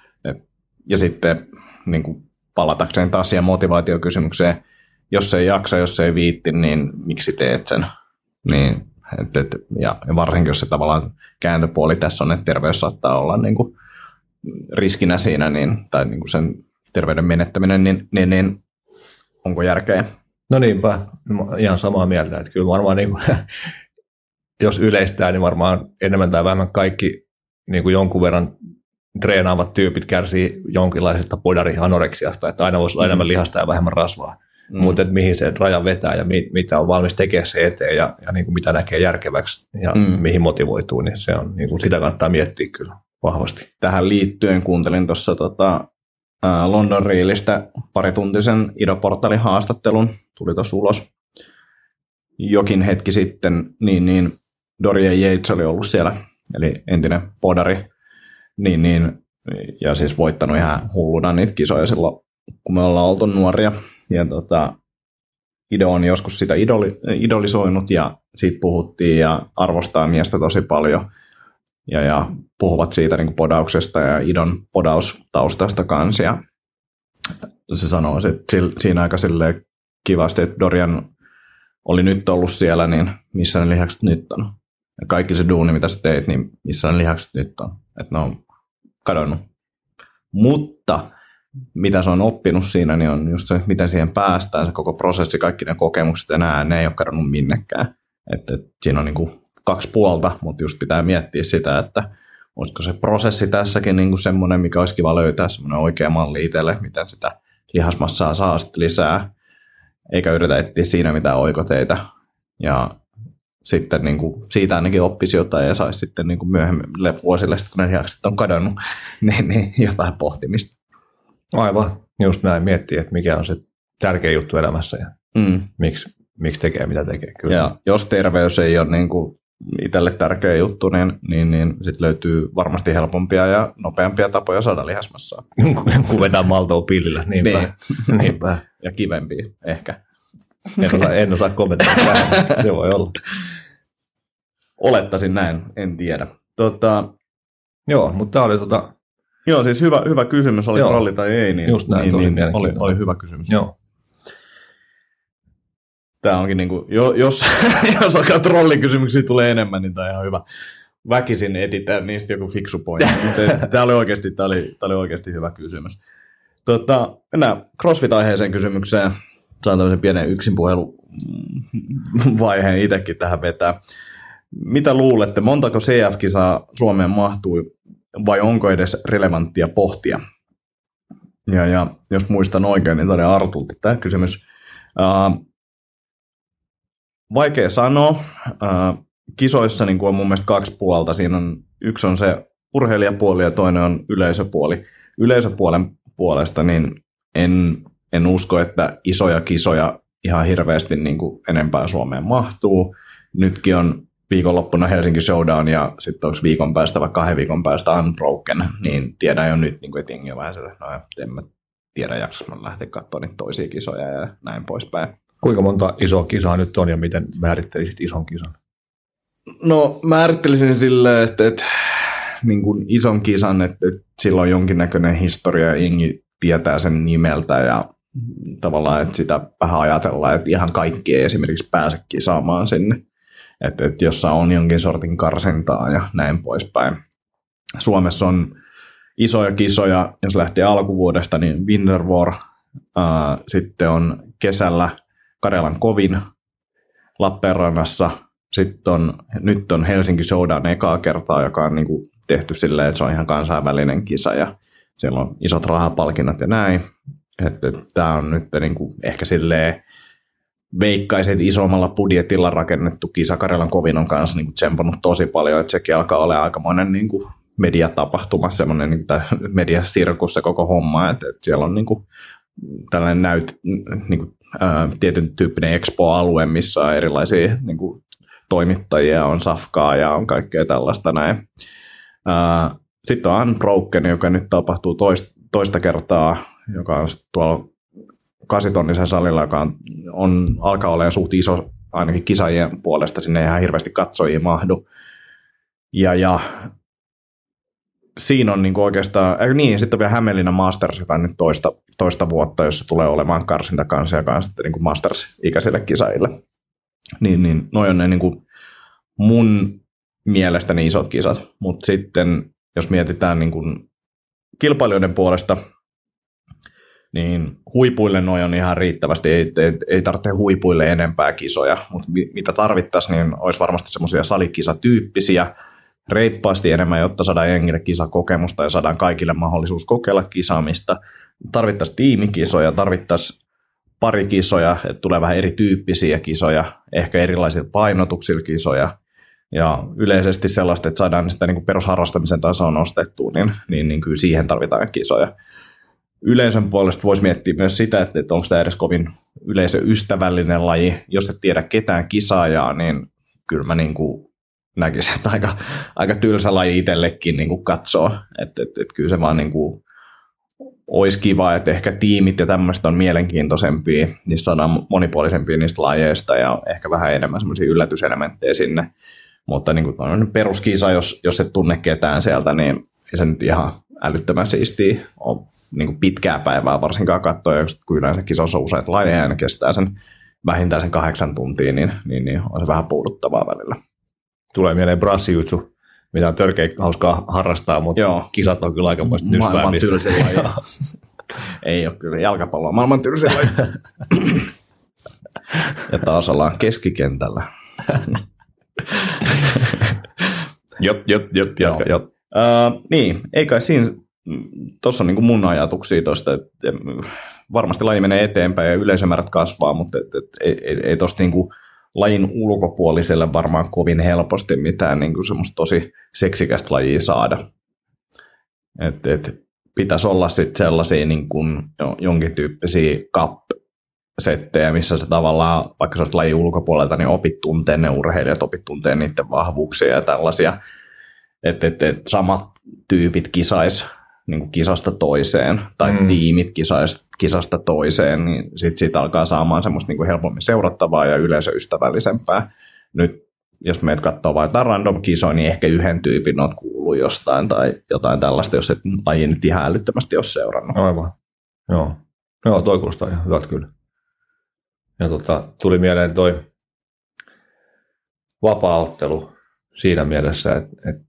Ja sitten niin kuin palatakseen taas siihen motivaatiokysymykseen, jos ei jaksa, jos ei viitti, niin miksi teet sen? Niin, ja varsinkin, jos se tavallaan kääntöpuoli tässä on, että terveys saattaa olla niin kuin riskinä siinä, tai niin kuin sen terveyden menettäminen, niin onko järkeä? No niinpä, ihan samaa mieltä, että kyllä varmaan niin kuin, jos yleistää, niin varmaan enemmän tai vähemmän kaikki niin kuin jonkun verran treenaavat tyypit kärsii jonkinlaisesta podari-anoreksiasta, että aina voisi olla enemmän lihasta ja vähemmän rasvaa, mutta mihin se raja vetää ja mitä on valmis tekemään se eteen ja niin kuin mitä näkee järkeväksi ja mihin motivoituu, niin se on, niin kuin sitä kannattaa miettiä kyllä vahvasti. Tähän liittyen kuuntelin tuossa London Reelistä parituntisen Ido-portalin haastattelun, tuli tuossa ulos jokin hetki sitten, niin Dorian Yates oli ollut siellä, eli entinen podari, niin ja siis voittanut ihan hulluna niitä kisoja silloin, kun me ollaan oltu nuoria. Ja Ido on joskus sitä idolisoinut ja siitä puhuttiin ja arvostaa miestä tosi paljon. Ja puhuvat siitä niin kuin podauksesta ja Idon podaustaustasta kanssa. Ja se sanoo siinä aika silleen kivasti, että Dorian oli nyt ollut siellä, niin missä ne lihakset nyt on. Ja kaikki se duuni, mitä sä teit, niin missä ne lihakset nyt on. Että ne on kadonnut. Mutta mitä se on oppinut siinä, niin on just se, miten siihen päästään, se koko prosessi, kaikki ne kokemukset enää, ne ei ole kadonnut minnekään. Että siinä on niin kuin 2 puolta, mutta just pitää miettiä sitä, että olisiko se prosessi tässäkin niin kuin semmoinen, mikä olisi kiva löytää semmoinen oikea malli itselle, miten sitä lihasmassaa saa sitten lisää, eikä yritä etsiä siinä mitään oikoteita. Ja sitten niin kuin siitä ainakin oppisi jotain ja saisi sitten niin kuin myöhemmille vuosille, kun ne lihakset on kadonnut, niin jotain pohtimista. Aivan, just näin miettiä, että mikä on se tärkeä juttu elämässä ja miksi tekee mitä tekee. Kyllä. Ja jos terveys ei ole niin kuin itselle tärkeä juttu, niin sitten löytyy varmasti helpompia ja nopeampia tapoja saada lihasmassaa. Kun vetää maltoa pillillä, niinpä. Ja kivempiä ehkä. En osaa kommentoida tähän, se voi olla. Olettaisin näin, en tiedä. Joo, mutta tämä oli Joo, siis hyvä kysymys, oli trolli tai ei, niin, just näin, oli hyvä kysymys. Joo. Tämä onkin niin kuin, jos alkaa trollikysymyksiä tulee enemmän, niin tämä on ihan hyvä. Väkisin etitään niistä joku fiksu pointti. Tämä oli oikeasti hyvä kysymys. Mennään CrossFit-aiheeseen kysymykseen. Saan tämmöisen pienen yksinpuheluvaiheen itsekin tähän vetää. Mitä luulette, montako CF-kisaa Suomeen mahtui vai onko edes relevanttia pohtia? Ja jos muistan oikein, niin todella Artulta tämä kysymys. Vaikea sanoa. Kisoissa niin on mun mielestä 2 puolta. Siinä yksi on se urheilijapuoli ja toinen on yleisöpuoli. Yleisöpuolen puolesta niin en usko, että isoja kisoja ihan hirveästi niin kuin enempää Suomeen mahtuu. Nytkin on viikonloppuna Helsinki Showdown ja sitten onko viikon päästä vai 2 viikon päästä Unbroken, niin tiedän jo nyt, niin kuin, että jengi on vähän sellainen, en mä tiedä jaksossa, mä lähteä katsoa niitä toisia kisoja ja näin poispäin. Kuinka monta isoa kisaa nyt on ja miten määrittelisit ison kisan? No määrittelisin silleen, että niin kuin ison kisan, että sillä on jonkinnäköinen historia ja jengi tietää sen nimeltä ja tavallaan, että sitä vähän ajatellaan, että ihan kaikki ei esimerkiksi pääse kisaamaan sinne. Että jossa on jonkin sortin karsintaa ja näin poispäin. Suomessa on isoja kisoja, jos lähtee alkuvuodesta, niin Winter War, sitten on kesällä Karjalan kovin Lappeenrannassa, sitten nyt on Helsinki Showdown ekaa kertaa, joka on niin kuin tehty silleen, että se on ihan kansainvälinen kisa ja siellä on isot rahapalkinnot ja näin. Että tämä on nyt niin kuin ehkä silleen veikkaiset isommalla budjetilla rakennettu kisa. Karjalan kovin on kanssa niin kuin tsempannut tosi paljon, että sekin alkaa olla aikamoinen niin kuin mediatapahtuma, semmoinen niin mediasirkus se koko homma, että siellä on niin kuin tällainen niin kuin, tietyn tyyppinen expo-alue, missä on erilaisia niin kuin toimittajia, on safkaa ja on kaikkea tällaista näin. Sitten on Unbroken, joka nyt tapahtuu toista kertaa, joka on tuolla 8-tonnisen salilla, joka alkaa olemaan suht iso ainakin kisaajien puolesta, sinne ei ihan hirveästi katsojia mahdu. Ja siinä on niin oikeastaan, sitten on vielä Hämeenlinna Masters, joka on nyt toista vuotta, jossa tulee olemaan karsintakansia, joka on sitten niin Masters-ikäisille kisaajille. Niin noi on ne niin kuin mun mielestäni isot kisat, mutta sitten jos mietitään niin kuin kilpailijoiden puolesta, niin huipuille noi on ihan riittävästi, ei tarvitse huipuille enempää kisoja, mutta mitä tarvittaisiin, niin olisi varmasti semmoisia salikisatyyppisiä, reippaasti enemmän, jotta saadaan jengille kisakokemusta ja saadaan kaikille mahdollisuus kokeilla kisaamista. Tarvittaisiin tiimikisoja, tarvittaisiin pari kisoja, että tulee vähän erityyppisiä kisoja, ehkä erilaisilla painotuksilla kisoja, ja yleisesti sellaista, että saadaan sitä niin kuin perusharrastamisen tasoa nostettua, niin kyllä siihen tarvitaan kisoja. Yleisön puolesta voisi miettiä myös sitä, että onko tämä edes kovin yleisöystävällinen laji. Jos et tiedä ketään kisaajaa, niin kyllä mä niin kuin näkisi, että aika tylsä laji itsellekin niin kuin katsoo. Että kyllä se vaan niin kuin olisi kiva, että ehkä tiimit ja tämmöiset on mielenkiintoisempia, niistä saadaan monipuolisempia niistä lajeista ja ehkä vähän enemmän semmoisia yllätyselementtejä sinne. Mutta niin kuin peruskisa, jos et tunne ketään sieltä, niin ei se nyt ihan älyttömän siistiä ole niin kuin pitkää päivää varsinkaan katsoa, kun yleensä kisossa on useat lajeja ja ne kestää sen vähintään sen 8 tuntia, niin on se vähän puuduttavaa välillä. Tulee mieleen brassijutsu, mitä on törkeä hauskaa harrastaa, mutta joo. Kisat on kyllä aikamoista nysväämistä. Maailman tylsin laji. Ei ole kyllä jalkapalloa, maailman tylsin laji. Ja taas ollaan keskikentällä. Jop. Niin, ei kai siinä, tuossa on niin kuin mun ajatuksia tuosta, että varmasti laji menee eteenpäin ja yleisömäärät kasvaa, mutta ei tuosta niin kuin lajin ulkopuoliselle varmaan kovin helposti mitään niin kuin semmoista tosi seksikästä lajia saada. Pitäisi olla sitten sellaisia niin kuin jonkin tyyppisiä cup-settejä, missä se tavallaan, vaikka sä olet lajin ulkopuolelta, niin opit tunteen ne urheilijat, opit tunteen niiden vahvuuksia ja tällaisia, että samat tyypit kisais niin kuin kisasta toiseen, tai tiimit kisasta toiseen, niin siitä alkaa saamaan semmoista niin kuin helpommin seurattavaa ja yleisöystävällisempää. Nyt jos meidät katsoo vain jotain random-kisoja, niin ehkä yhden tyypin olet kuullut jostain tai jotain tällaista, jos et laji nyt ihan älyttömästi ole seurannut. Aivan. Joo, toi kuulostaa ihan hyvältä kyllä. Ja tuli mieleen toi vapaa-ottelu siinä mielessä, että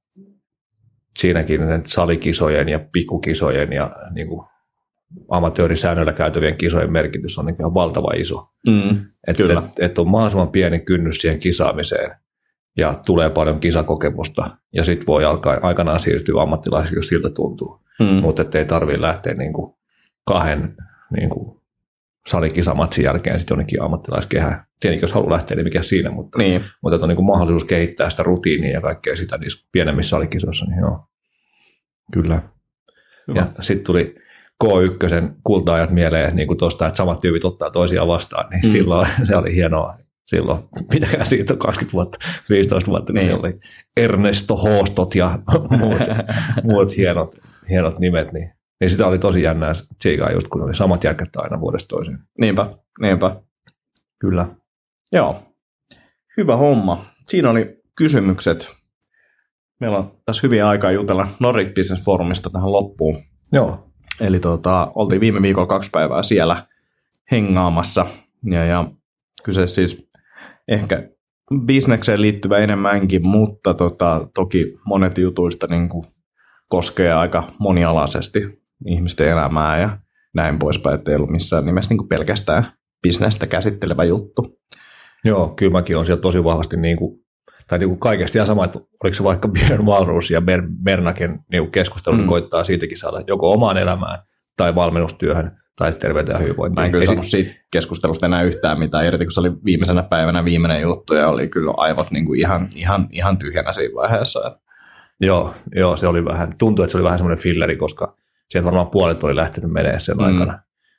siinäkin salikisojen ja pikkukisojen ja niin kuin amatöörisäännöillä käytävien kisojen merkitys on niin ihan valtava iso. Että on mahdollisimman pieni kynnys siihen kisaamiseen ja tulee paljon kisakokemusta ja sitten voi alkaa aikanaan siirtyä ammattilaisiksi, jos siltä tuntuu. Mutta ei tarvitse lähteä niin kuin 2 niin kuin salikisamatsin jälkeen sitten jonnekin ammattilaiskehään. Tietenkin jos haluaa lähteä, niin mikä siinä, mutta on niin kuin mahdollisuus kehittää sitä rutiinia ja kaikkea sitä niissä pienemmissä salikisoissa, niin joo, kyllä. Hyvä. Ja sitten tuli K1 kulta-ajat mieleen niin kuin tuosta, että samat tyypit ottaa toisiaan vastaan, niin silloin se oli hienoa. Silloin, mitäkään siitä on 20 vuotta, 15 vuotta, niin siellä oli Ernesto Hoostot ja muut hienot nimet, niin sitä oli tosi jännää tsiikaa just, kun oli samat jälkät aina vuodesta toiseen. Niinpä. Kyllä. Joo, hyvä homma. Siinä oli kysymykset. Meillä on tässä hyviä aikaa jutella Nordic Business Forumista tähän loppuun. Joo. Eli oltiin viime viikolla 2 päivää siellä hengaamassa. Ja kyse siis ehkä bisnekseen liittyvä enemmänkin, mutta toki monet jutuista niin kuin koskee aika monialaisesti ihmisten elämää ja näin poispäin, ettei ollut missään nimessä niin kuin pelkästään bisnestä käsittelevä juttu. Joo, kyllä mäkin olen siellä tosi vahvasti niin kuin kaikesta ihan sama, että oliko se vaikka Björn Wahlroos ja Bernaken niin keskustelu, niin koittaa siitäkin saada joko omaan elämään tai valmennustyöhön tai terveyteen ja hyvinvointiin. Mä en kyllä sanonut siitä keskustelusta enää yhtään mitään, irti kun se oli viimeisenä päivänä viimeinen juttu ja oli kyllä aivot niin kuin ihan tyhjänä siinä vaiheessa. Joo, se oli vähän, tuntui, että se oli vähän semmoinen filleri, koska sieltä varmaan puolet oli lähtenyt menee sen aikana.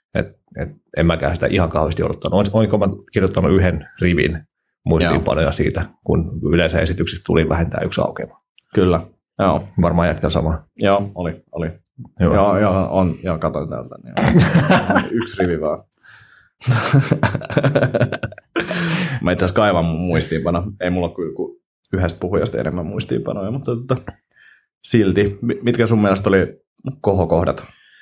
En mäkään sitä ihan kauheasti odottanut. Olinko mä kirjoittanut 1 rivin muistiinpanoja siitä, kun yleensä esityksistä tuli vähintään 1 aukema. Kyllä, joo. Varmaan jätkää samaa. Joo, oli. Joo, katoin täältä. Niin 1 rivi vaan. Mä itse asiassa kaivan mun muistiinpano. Ei mulla kyllä kuin 1 puhujasta enemmän muistiinpanoja, mutta silti. Mitkä sun mielestä oli kohokohdat?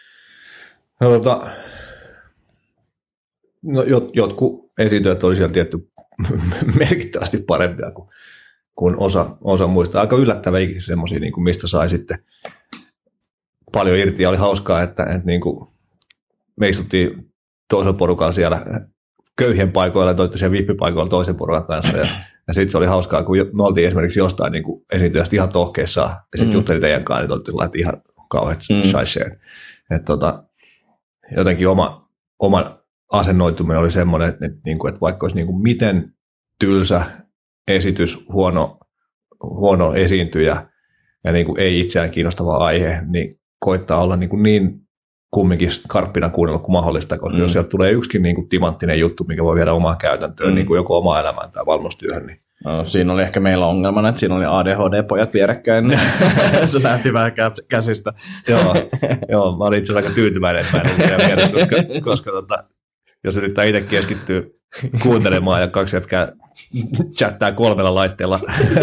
Jotkut esityöt oli siellä tietty merkittävästi parempia kuin osa muista. Aika yllättäviäkin semmoisia, niin kuin mistä sai sitten paljon irti. Ja oli hauskaa, että niin kuin me istuttiin toisella porukalla siellä köyhien paikoilla ja toitte siellä vippipaikoilla toisen porukan kanssa. Ja sitten se oli hauskaa, kun me oltiin esimerkiksi jostain niin kuin esityöstä ihan tohkeissaan ja sitten juttelin teidän kanssa, niin oltiin laittiin ihan kauheat shaiseen. Jotenkin oman asennoituminen oli semmoinen, että vaikka olisi niin kuin miten tylsä esitys, huono esiintyjä ja niin kuin ei itseään kiinnostava aihe, niin koittaa olla niin kumminkin karppina kuunnella kuin mahdollista, koska jos sieltä tulee yksikin niin kuin timanttinen juttu, mikä voi viedä omaa käytäntöön, niin kuin joko omaa elämään tai valmennustyöhön, niin No, siinä oli ehkä meillä ongelmana, että siinä oli ADHD-pojat vierekkäin, niin se lähti vähän käsistä. Joo, mä olin itse asiassa aika tyytyväinen, että mä en vielä koska jos yrittää itse keskittyä kuuntelemaan ja kaksi jätkää chattaa 3 laitteella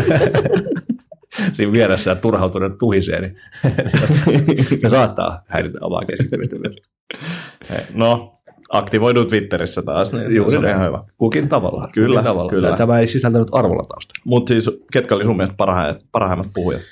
siinä vieressä ja turhautunut tuhisee, niin se saattaa häiritä omaa keskittymistä myös. No, aktivoidut Twitterissä taas, niin se on ihan hyvä. Kukin tavallaan. Kyllä. Tämä ei sisältänyt arvolatausta. Mutta siis ketkä oli sun mielestä parhaimmat puhujat?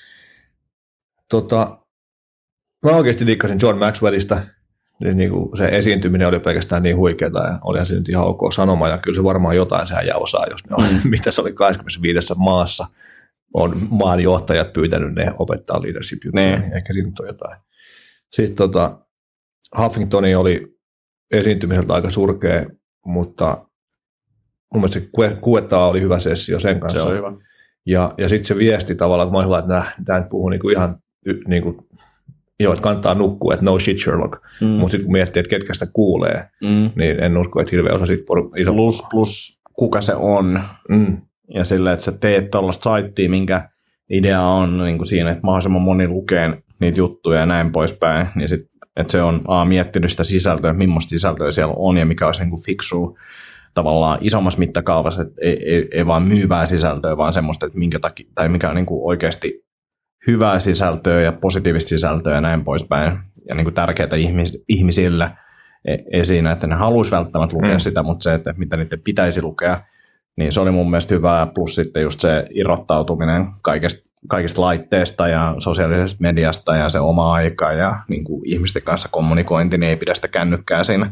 Mä oikeasti dikkasin John Maxwellista. Niin kuin se esiintyminen oli pelkästään niin huikeaa ja olihan se nyt ihan ok sanoma ja kyllä se varmaan jotain se äijä osaa, jos ne on, mitä se oli 25 maassa on maanjohtajat pyytänyt ne opettaa leadership-juttuja, niin ehkä siinä on jotain. Sitten Huffingtoni oli esiintymiseltä aika surkea, mutta mun mielestä se Kuetaa oli hyvä sessio sen kanssa. Se oli hyvä. Ja sitten se viesti tavallaan, kun mä olin että tämä nyt puhuu niinku ihan niinku, joo, että kannattaa nukkua, että no shit Sherlock. Mutta sitten kun miettii, että ketkä sitä kuulee, niin en usko, että hirveä osa siitä iso... Plus kuka se on. Ja sillä, että sä teet tuollaista saittia, minkä idea on niin kuin siinä, että mahdollisimman moni lukee niitä juttuja ja näin poispäin. Niin sit, että se on miettinyt sitä sisältöä, millaista sisältöä siellä on ja mikä olisi niin kuin fiksua tavallaan isommassa mittakaavassa, että ei vaan myyvää sisältöä, vaan semmoista, että minkä takia, tai mikä on niin kuin oikeasti hyvää sisältöä ja positiivista sisältöä ja näin poispäin. Ja niin kuin tärkeää ihmisille ei siinä, että ne haluaisi välttämättä lukea sitä, mutta se, että mitä niiden pitäisi lukea, niin se oli mun mielestä hyvää. Plus sitten just se irrottautuminen kaikista laitteista ja sosiaalisesta mediasta ja se oma aika ja niin kuin ihmisten kanssa kommunikointi, niin ei pidä sitä kännykkää siinä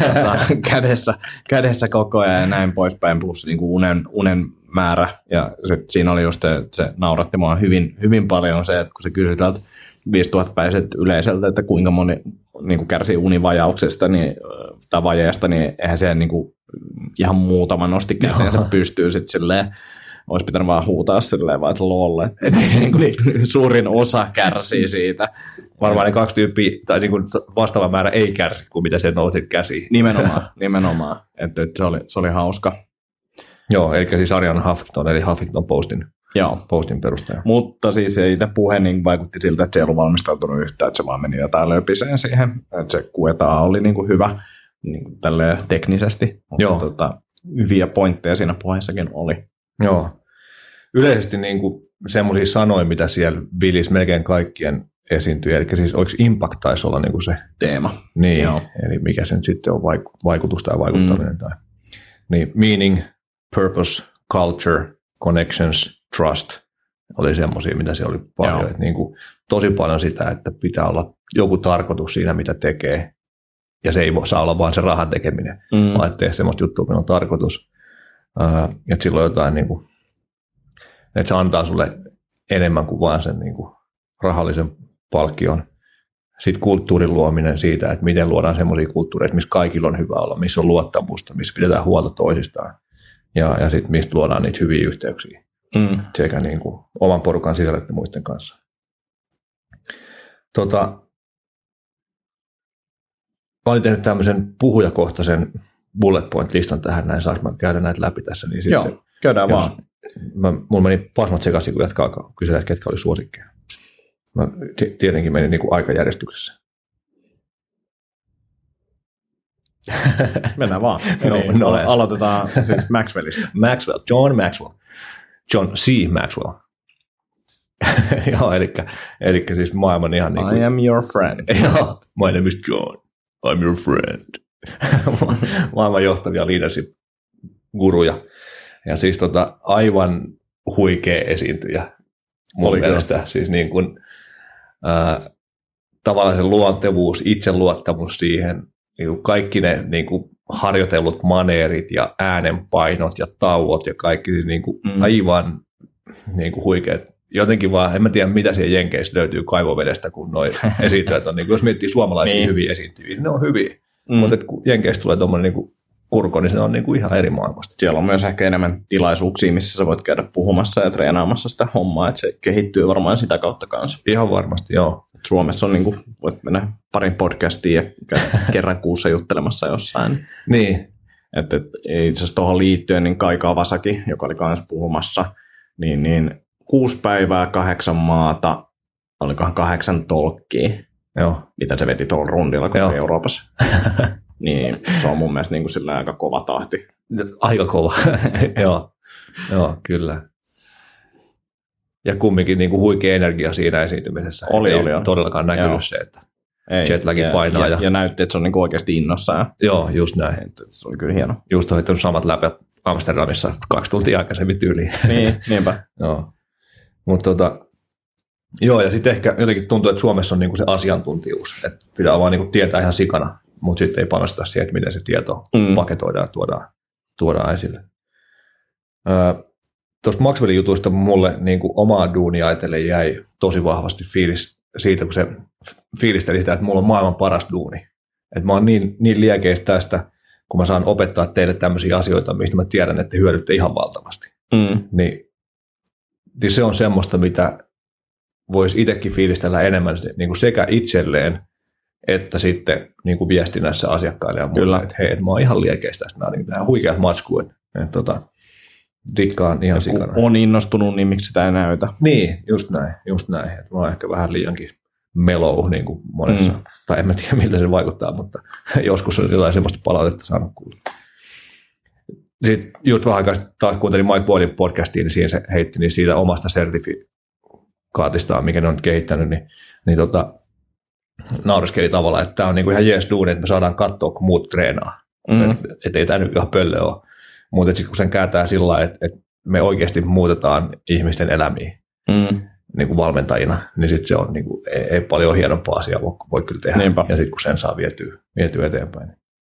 kädessä koko ajan ja näin poispäin. Plus niin kuin unen määrä, ja siinä oli just se nauratti mua hyvin paljon se, että kun se kysyi tältä 5000-päiset yleiseltä, että kuinka moni niin kuin kärsii univajauksesta tai vajeesta, niin eihän se niin kuin ihan muutama nosti käteensä pystyy sitten silleen, olisi pitänyt vaan huutaa silleen vaan, että lol, että niin suurin osa kärsii siitä. Varmaan ne 2 tyyppiä, tai niin kuin vastaava määrä ei kärsi, kuin mitä se nousit käsiin. Nimenomaan. Että se oli hauska. Joo, eli siis Arianna Huffington, eli Huffington Postin perustaja. Mutta siis itse puhe niin vaikutti siltä, että se ei ollut valmistautunut yhtään, että se vaan meni jotain löpiseen siihen. Että se Kuetaa oli niin kuin hyvä niin kuin tälleen teknisesti, mutta hyviä pointteja siinä puheessakin oli. Joo. Yleisesti niin kuin semmoisia sanoja, mitä siellä vilisi melkein kaikkien esiintyjä, eli siis oliko impact taisi olla niin kuin se teema. Niin, joo. Eli mikä se nyt sitten on vaikutus tai vaikuttaminen. Tai. Niin, meaning, purpose, culture, connections, trust oli semmoisia, mitä siellä oli paljon. Että niin kuin, tosi paljon sitä, että pitää olla joku tarkoitus siinä, mitä tekee. Ja se ei saa olla vain se rahan tekeminen, vaan että tee semmoista juttua, millä on tarkoitus. Että silloin jotain, niin kuin, että se antaa sulle enemmän kuin vaan sen niin kuin rahallisen palkkion. Sitten kulttuurin luominen siitä, että miten luodaan semmoisia kulttuureita, missä kaikilla on hyvä olla, missä on luottamusta, missä pidetään huolta toisistaan. Ja sitten mistä luodaan niitä hyviä yhteyksiä sekä niin kuin oman porukan sisällä että muiden kanssa. Mä olin tehnyt tämmöisen puhujakohtaisen bullet point-listan tähän, näin saanko mä käydä näitä läpi tässä. Niin joo, sitten, käydään vaan. Mulla meni pasmat sekaisin, kun jatkaa kysellä, että ketkä oli suosikkeja. Mä tietenkin menin niin kuin aikajärjestyksessä. Mennään vaan. Aloitetaan siis Maxwellista. John C. Maxwell. Joo, eli siis maailman ihan niin kuin... I am your friend. Joo, my name is John. I'm your friend. Maailman johtavia leadership-guruja. Ja siis aivan huikea esiintyjä mun mielestä. Siis niin kuin, tavallaan se luontevuus, itseluottamus siihen, niin kuin kaikki ne niin kuin harjoitellut maneerit ja äänenpainot ja tauot ja kaikki niin kuin aivan niin kuin huikeat. Jotenkin vaan, en mä tiedä mitä siellä Jenkeissä löytyy kaivovedestä, kun noi esiintyjät on, niin kuin, jos miettii suomalaisia hyviä esiintyviä, ne on hyviä. Mutta kun Jenkeissä tulee tuommoinen niin kurko, niin se on niin kuin ihan eri maailmasta. Siellä on myös ehkä enemmän tilaisuuksia, missä sä voit käydä puhumassa ja treenaamassa sitä hommaa, että se kehittyy varmaan sitä kautta kanssa. Ihan varmasti, joo. Suomessa on niin kuin, voit mennä parin podcastiin ja kerran kuussa juttelemassa jossain. Niin, Että itse asiassa tuohon liittyen, niin Kai Kawasaki, joka oli kanssa puhumassa, niin 6 päivää, 8 maata, olikohan 8 tolkkia, Joo. mitä se veti tuolla rundilla, kun oli Euroopassa. Niin se on mun mielestä niin kuin sillä aika kova tahti. Aika kova, joo, kyllä. Ja kumminkin niin kuin huikea energia siinä esiintymisessä. Oli todellakaan näkynyt se, että jetlagin painaa. Ja näytti, että se on niin kuin oikeasti innossaan. Joo, just näin. Se oli kyllä hieno. Just on hittanut samat läpi Amsterdamissa 2 tuntia aikaisemmin tyyliin. Niinpä. Joo. Mutta joo, ja sitten ehkä jotenkin tuntuu, että Suomessa on niinku se asiantuntijuus, että pitää vaan niinku tietää ihan sikana, mutta sitten ei panosteta siihen, että miten se tieto paketoidaan ja tuodaan esille. Tuosta Maxwellin jutuista mulle niinku omaa duunia ajatellen jäi tosi vahvasti fiilis siitä, kun se fiilisteli sitä, että mulla on maailman paras duuni. Että mä oon niin liekeistä tästä, kun mä saan opettaa teille tämmöisiä asioita, mistä mä tiedän, että te hyödytte ihan valtavasti. Niin se on semmoista, mitä voisi itsekin fiilistellä enemmän niin kuin sekä itselleen, että sitten niin kuin viestinnässä asiakkaille ja muille, että hei, että mä oon ihan liekeistä, nämä on niin huikeat matskuet. Dikkaan ihan sikana. On innostunut, niin miksi sitä ei näytä? Niin, just näin. Että mä oon ehkä vähän liiankin mellow niin kuin monessa, tai en mä tiedä miltä se vaikuttaa, mutta joskus on jotain semmoista palautetta saanut kuulla. Sitten just vähän aikaa taas kuuntelin Mike Boydin podcastiin, niin siinä se heitti niin siitä omasta sertifikaatistaan, mikä ne on kehittänyt, niin naureskeli tavallaan, että tämä on niinku ihan jees duuni, että me saadaan katsoa, kun muut treenaa. Että ei tämä nyt ihan pöllö ole. Mutta sitten kun sen kääntää sillä lailla, että me oikeasti muutetaan ihmisten elämiä niin kuin valmentajina, niin sitten se on niinku, ei paljon hienompaa asiaa voi kyllä tehdä. Niinpä. Ja sitten kun sen saa vietyä eteenpäin.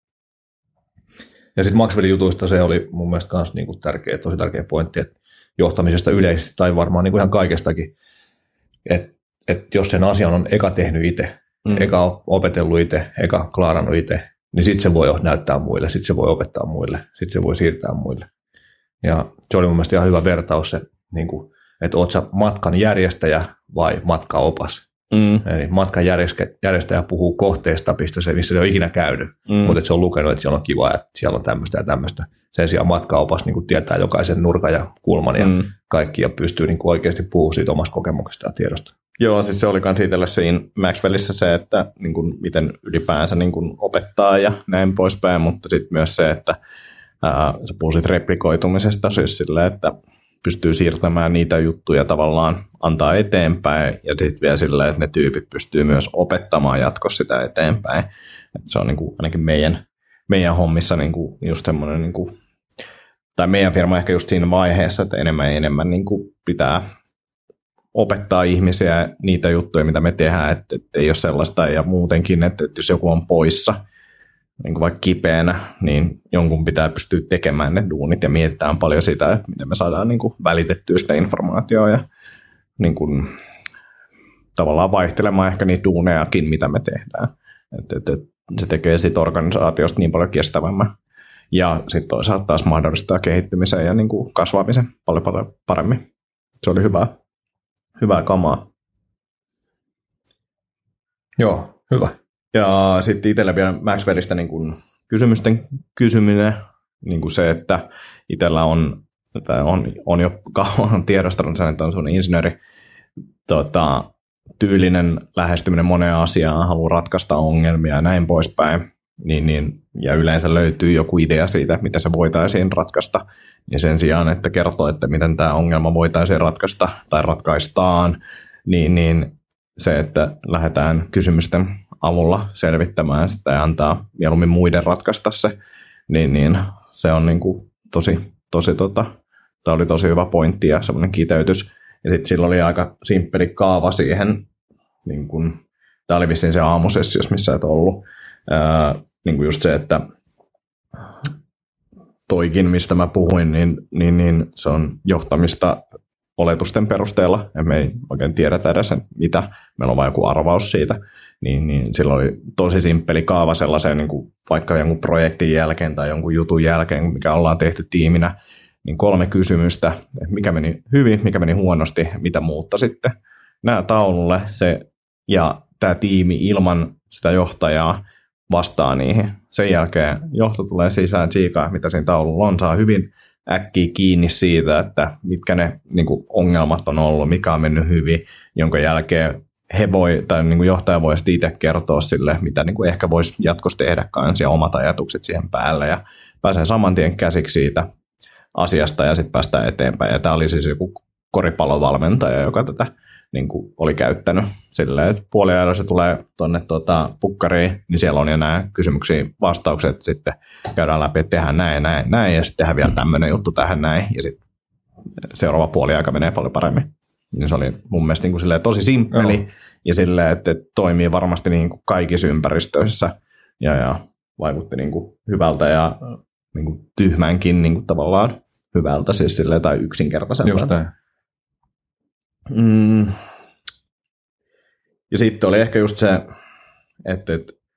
Ja sitten Maxwellin jutuista se oli mun mielestä myös niinku tosi tärkeä pointti, että johtamisesta yleisesti tai varmaan niinku ihan kaikestakin, että jos sen asian on eka tehnyt itse, eka opetellut itse, eka klaarannut itse, niin sitten se voi näyttää muille, sitten se voi opettaa muille, sitten se voi siirtää muille. Ja se oli mun mielestä ihan hyvä vertaus se, niinku, että oot sä matkan järjestäjä vai matkaopas. Eli matkan järjestäjä puhuu kohteesta, missä se on ikinä käynyt, mutta se on lukenut, että siellä on kiva, että siellä on tämmöistä ja tämmöistä. Sen sijaan matkaopas niin tietää jokaisen nurkan ja kulman ja kaikki ja pystyy niin oikeasti puhumaan siitä omasta kokemuksesta ja tiedosta. Joo, siis se oli myös itselle siinä Maxwellissä se, että niin kuin, miten ylipäänsä niin kuin opettaa ja näin poispäin, mutta sitten myös se, että sä puhuisit replikoitumisesta, siis silleen, että pystyy siirtämään niitä juttuja tavallaan antaa eteenpäin ja sitten vielä silleen, että ne tyypit pystyy myös opettamaan jatkossa sitä eteenpäin. Että se on niin kuin, ainakin meidän hommissa niin kuin just semmoinen, niin kuin, tai meidän firma ehkä just siinä vaiheessa, että enemmän niin kuin pitää opettaa ihmisiä niitä juttuja, mitä me tehdään, että ei ole sellaista ja muutenkin, että jos joku on poissa, niin kuin vaikka kipeänä, niin jonkun pitää pystyä tekemään ne duunit ja mietitään paljon sitä, että miten me saadaan niin kuin välitettyä sitä informaatiota ja niin kuin, tavallaan vaihtelemaan ehkä niitä duunejakin, mitä me tehdään. Että se tekee siitä organisaatiosta niin paljon kestävämmän ja sitten toisaalta taas mahdollistaa kehittymisen ja niin kuin kasvamisen paljon paremmin. Se oli hyvää kamaa. Joo, hyvä. Ja sitten itsellä vielä Maxwellista niin kuin kysymysten kysyminen, niin kuin se, että itsellä on jo kauan tiedostanut sen, että on sellainen insinööri tyylinen lähestyminen moneen asiaan, haluaa ratkaista ongelmia ja näin poispäin, ja yleensä löytyy joku idea siitä, miten se voitaisiin ratkaista, niin sen sijaan, että kertoo, että miten tämä ongelma voitaisiin ratkaista tai ratkaistaan, niin se, että lähdetään kysymysten avulla selvittämään sitä ja antaa mieluummin muiden ratkaista se, niin se on niin kuin tämä oli tosi hyvä pointti ja semmoinen kiteytys. Ja sitten sillä oli aika simppeli kaava siihen, niin kuin, tämä oli vissiin se aamusessios, missä et ollut, niin kuin just se, että toikin, mistä mä puhuin, niin se on johtamista oletusten perusteella, ja me ei oikein tiedetä edes, mitä, meillä on vain joku arvaus siitä, niin silloin oli tosi simppeli kaava sellaiseen, niin kuin vaikka jonkun projektin jälkeen tai jonkun jutun jälkeen, mikä ollaan tehty tiiminä, niin 3 kysymystä, mikä meni hyvin, mikä meni huonosti, mitä muutta sitten. Nämä taululle se, ja tämä tiimi ilman sitä johtajaa vastaa niihin. Sen jälkeen johto tulee sisään, tsiikaa, mitä siinä taululla on, saa hyvin äkkiä kiinni siitä, että mitkä ne niin kuin ongelmat on ollut, mikä on mennyt hyvin, jonka jälkeen niin kuin johtaja voi itse kertoa sille, mitä niin kuin ehkä voisi jatkossa tehdä kanssa ja omat ajatukset siihen päälle ja pääsee saman tien käsiksi siitä asiasta ja sitten päästään eteenpäin. Ja tämä oli siis joku koripallovalmentaja, joka tätä niin kuin oli käyttänyt silleen, että puoliajalla se tulee tuonne pukkariin, niin siellä on jo nämä kysymyksiä, vastaukset, sitten käydään läpi, että tehdään näin, ja sitten tehdään vielä tämmöinen juttu tähän näin, ja sitten seuraava puoliaika menee paljon paremmin. Niin se oli mun mielestä niin kuin silleen tosi simppeli, ja silleen, että toimii varmasti niin kuin kaikissa ympäristöissä, ja vaikutti niin kuin hyvältä ja niin kuin tyhmänkin niin kuin tavallaan hyvältä, siis silleen, tai yksinkertaiselta. Just näin. Ja sitten oli ehkä just se, että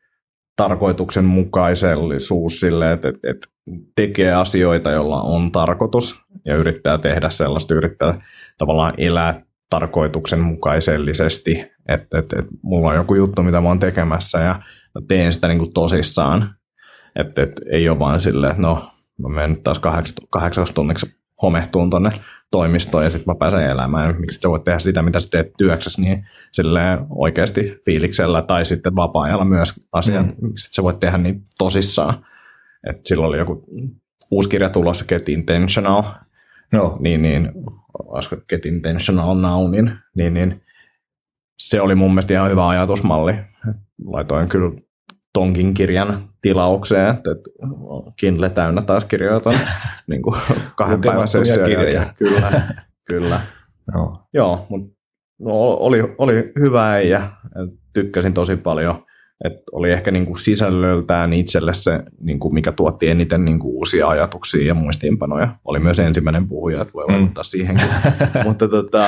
tarkoituksenmukaisellisuus sille, että tekee asioita, joilla on tarkoitus ja yrittää tehdä sellaista, yrittää tavallaan elää tarkoituksenmukaisellisesti, että mulla on joku juttu, mitä mä oon tekemässä ja teen sitä niin kuin tosissaan, että ei ole vaan silleen, että no mä menen nyt taas 8 tunniksi homehtuun tonne toimistoon ja sitten mä pääsen elämään. Miksi sä voit tehdä sitä, mitä sä teet työksessä, niin silleen oikeasti fiiliksellä tai sitten vapaa-ajalla myös asiat. Miksi sä voit tehdä niin tosissaan. Et silloin oli joku uusi kirja tulossa, Get Intentional. No. Niin, Get Intentional Now, niin se oli mun mielestä ihan hyvä ajatusmalli. Laitoin kyllä tonkin kirjan tilaukseen, että Kindle täynnä taas kirjoitan niin kuin 2 päivän sessioon. Kyllä. Joo, mutta oli hyvä ja tykkäsin tosi paljon. Että oli ehkä niin kuin sisällöltään itselle se, niin kuin mikä tuotti eniten niin kuin uusia ajatuksia ja muistiinpanoja. Oli myös ensimmäinen puhuja, että voi vaikuttaa siihenkin. Mutta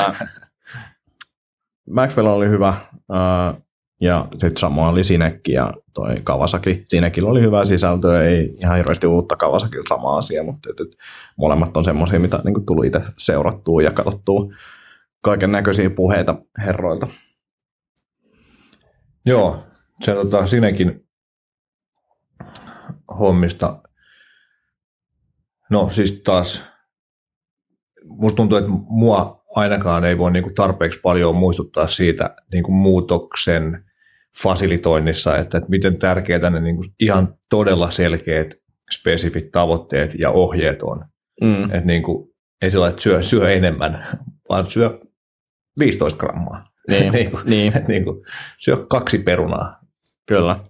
Maxwell oli hyvä. Ja sitten samoin oli Sinekki ja toi Kawasaki. Sinekillä oli hyvää sisältöä, ei ihan hirveästi uutta Kawasakilla sama asia, mutta molemmat on semmoisia, mitä niin tuli itse seurattua ja katsottua kaiken näköisiä puheita herroilta. Joo, se Sinekin hommista. No siis taas, musta tuntuu, että mua ainakaan ei voi niinku tarpeeksi paljon muistuttaa siitä niinku muutoksen fasilitoinnissa, että miten tärkeitä ne niinku ihan todella selkeät spesifit tavoitteet ja ohjeet on. Että niinku, ei sillä että syö enemmän, vaan syö 15 grammaa. Niinku, syö 2 perunaa. Kyllä.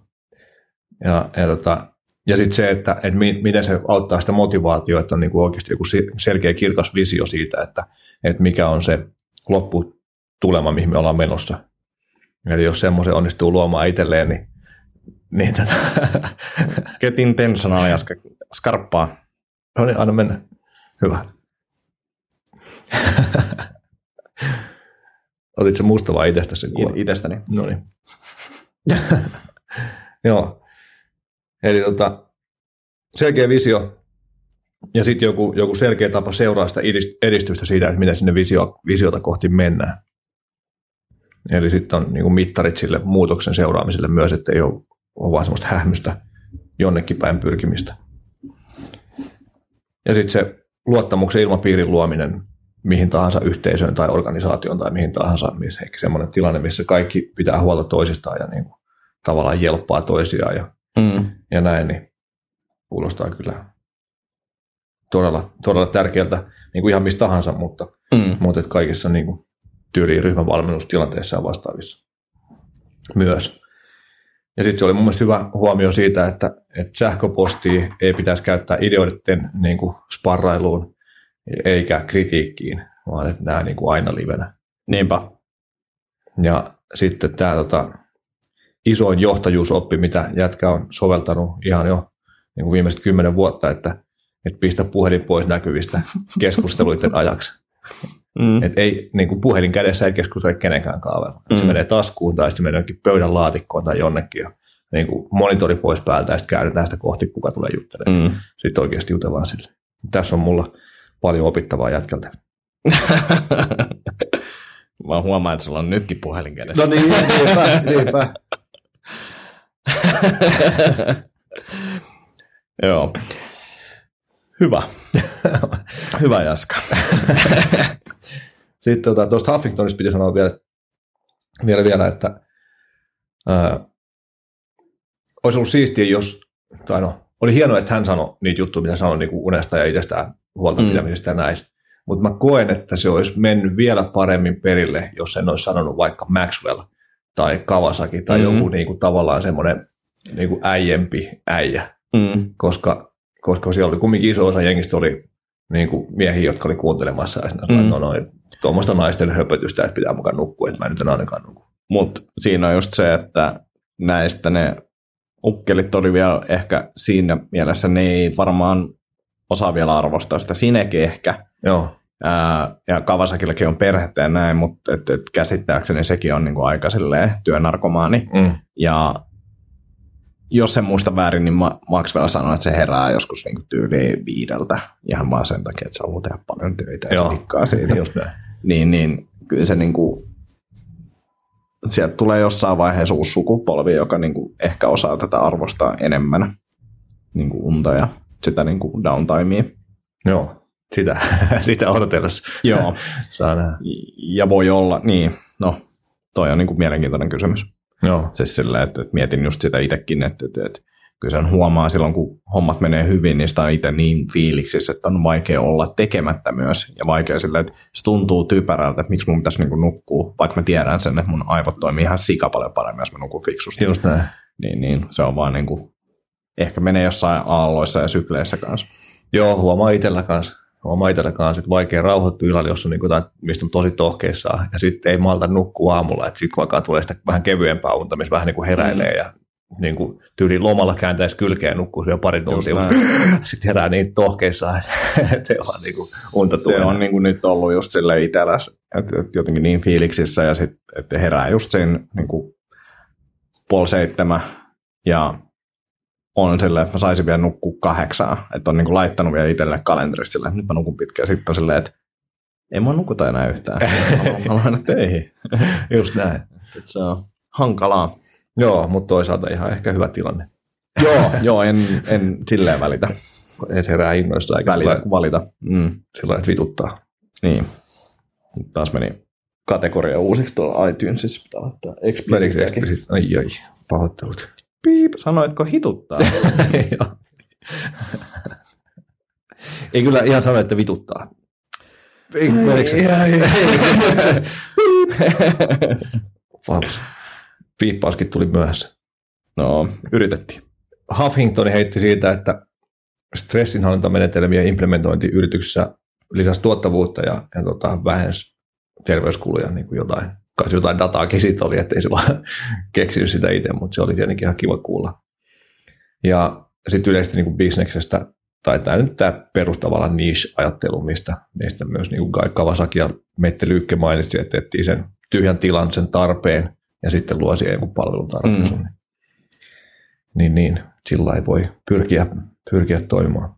Ja sitten se, että miten se auttaa sitä motivaatiota, että on niinku oikeasti joku selkeä kirkas visio siitä, että mikä on se lopputulema, mihin me ollaan menossa. Eli jos semmoisen onnistuu luomaan itselleen, niin Get intentional ja skarppaa. No niin, anna mennä. Hyvä. Otit se musta vai itsestäsi sen kuvan? Itsestäni. No niin. Joo. Eli selkeä visio ja sitten joku selkeä tapa seuraa sitä edistystä siitä, että miten sinne visiota kohti mennään. Eli sitten on niin kuin mittarit sille muutoksen seuraamiselle myös, että ei ole vaan semmoista hähmystä jonnekin päin pyrkimistä. Ja sitten se luottamuksen ilmapiirin luominen mihin tahansa yhteisöön tai organisaatioon tai mihin tahansa, missä ehkä semmoinen tilanne, missä kaikki pitää huolta toisistaan ja niin kuin tavallaan jelppaa toisiaan ja näin, niin kuulostaa kyllä todella tärkeältä niin kuin ihan mistä tahansa, mutta että kaikissa niin kuin tyyliin ryhmävalmennustilanteissa ja vastaavissa myös. Ja sitten se oli mun mielestä hyvä huomio siitä, että sähköpostia ei pitäisi käyttää ideoiden niin kuin sparrailuun eikä kritiikkiin, vaan että nämä niin kuin aina livenä. Niinpä. Ja sitten tämä isoin johtajuusoppi, mitä jätkä on soveltanut ihan jo niin kuin viimeiset 10 vuotta, että pistä puhelin pois näkyvistä keskusteluiden ajaksi. Että ei niin kuin puhelin kädessä ei keskustele kenenkään kaavella. Se menee taskuun tai sitten menee jonnekin pöydän laatikkoon tai jonnekin ja niin kuin monitori pois päältä ja sitten käännetään sitä kohti, kuka tulee juttelemaan. Sitten oikeasti jutellaan sille. Tässä on mulla paljon opittavaa jätkältä. Mä huomaan, että sulla on nytkin puhelin kädessä. No niin, niinpä. Joo. Hyvä. Hyvä Jaska. Sitten tuosta Huffingtonista piti sanoa vielä että olisi ollut siistiä, oli hienoa, että hän sanoi niitä juttuja, mitä sanoi niin kuin unesta ja itsestään huolta pitämisestä ja näistä. Mutta mä koen, että se olisi mennyt vielä paremmin perille, jos en olisi sanonut vaikka Maxwell tai Kawasaki tai joku niin kuin, tavallaan semmoinen niin kuin äijempi äijä. Koska siellä oli kumminkin iso osa jengistä oli niin kuin miehiä, jotka oli kuuntelemassa ja sitten tuommoista naisten höpötystä, että pitää mukaan nukkua, että mä nyt en ainakaan nuku. Mutta siinä on just se, että näistä ne ukkelit oli vielä ehkä siinä mielessä, ne ei varmaan osaa vielä arvostaa sitä. Sinekin ehkä. Joo. Ja Kawasakillakin on perhettä ja näin, mutta et käsittääkseni sekin on niinku aika työnarkomaani. Ja jos en muista väärin, niin Maxwell sanoi, että se herää joskus niinku tyyliin 5 ihan vaan sen takia, että se haluaa tehdä paljon töitä ja se dikkaa siitä. Niin kyllä se niinku, sieltä tulee jossain vaiheessa uusi sukupolvi, joka niinku ehkä osaa tätä arvostaa enemmän niinku unta ja sitä niinku downtimea. Joo. Sitä odotellessa. Joo. Saa nähdä. Ja voi olla, niin, no, toi on niin kuin mielenkiintoinen kysymys. Joo. Siis silleen, että mietin just sitä itsekin, että kyllä sen huomaa silloin, kun hommat menee hyvin, niin sitä on itse niin fiiliksissä, että on vaikea olla tekemättä myös. Ja vaikea silleen, että se tuntuu typerältä, että miksi mun pitäisi niin kuin nukkua, vaikka mä tiedän sen, että mun aivot toimii ihan sika paljon paremmin, jos mä nukun fiksusti. Just näin. Niin, se on vaan niin kuin, ehkä menee jossain aalloissa ja sykleissä kanssa. Joo, huomaa itsellä kanssa. Että vaikea rauhoittua illalla, jos on niin jotain, mistä on tosi tohkeissaan, ja sitten ei malta nukkua aamulla, että sitten kun alkaa tulee sitä vähän kevyempää unta, missä vähän niin kuin heräilee, ja niin kuin tyyliin lomalla kääntäisi kylkeä ja nukkuu vielä pari tuntia, sitten herää niin tohkeissaan, että ei vaan niin kuin unta tulee. Se on niin kuin nyt ollut just silleen itsellä, että jotenkin niin fiiliksissä, ja sitten että herää just siinä niin kuin 6:30, ja on silleen, että mä saisin vielä nukkua 8, että on niinku laittanut vielä itselle kalenterissa silleen, että nyt mä nukun pitkään. Sitten on silleen, että ei mä nukuta enää yhtään. Mä haluan mennä töihin. Just näin. Että se on hankalaa. Joo, mutta toisaalta ihan ehkä hyvä tilanne. Joo, en silleen välitä. Et herää innoissa eikä valita. Sillä että vituttaa. Niin. Nyt taas meni kategoria uusiksi tuolla iTunesissa. Pitää laittaa explicit. Ai, pahoittelut. Piip, sanoitko hituttaa? Ei kyllä ihan sano, että vituttaa. Piippauskin tuli myöhässä. No, yritettiin. Huffington heitti siitä, että stressinhallintamenetelmien implementointi yrityksessä lisäsi tuottavuutta ja vähensi terveyskuluja, niin kuin jotain dataakin siitä oli, ettei se vaan keksinyt sitä itse, mutta se oli tietenkin ihan kiva kuulla. Ja sitten yleisesti niin kuin bisneksestä, tai tämä perustavalla niche-ajattelu, mistä myös niin kuin Kawasaki ja Mette Lykke mainitsi, että etsii sen tyhjän tilan, sen tarpeen, ja sitten luo siihen jonkun palveluntarpeen. Niin, sillä ei voi pyrkiä toimimaan.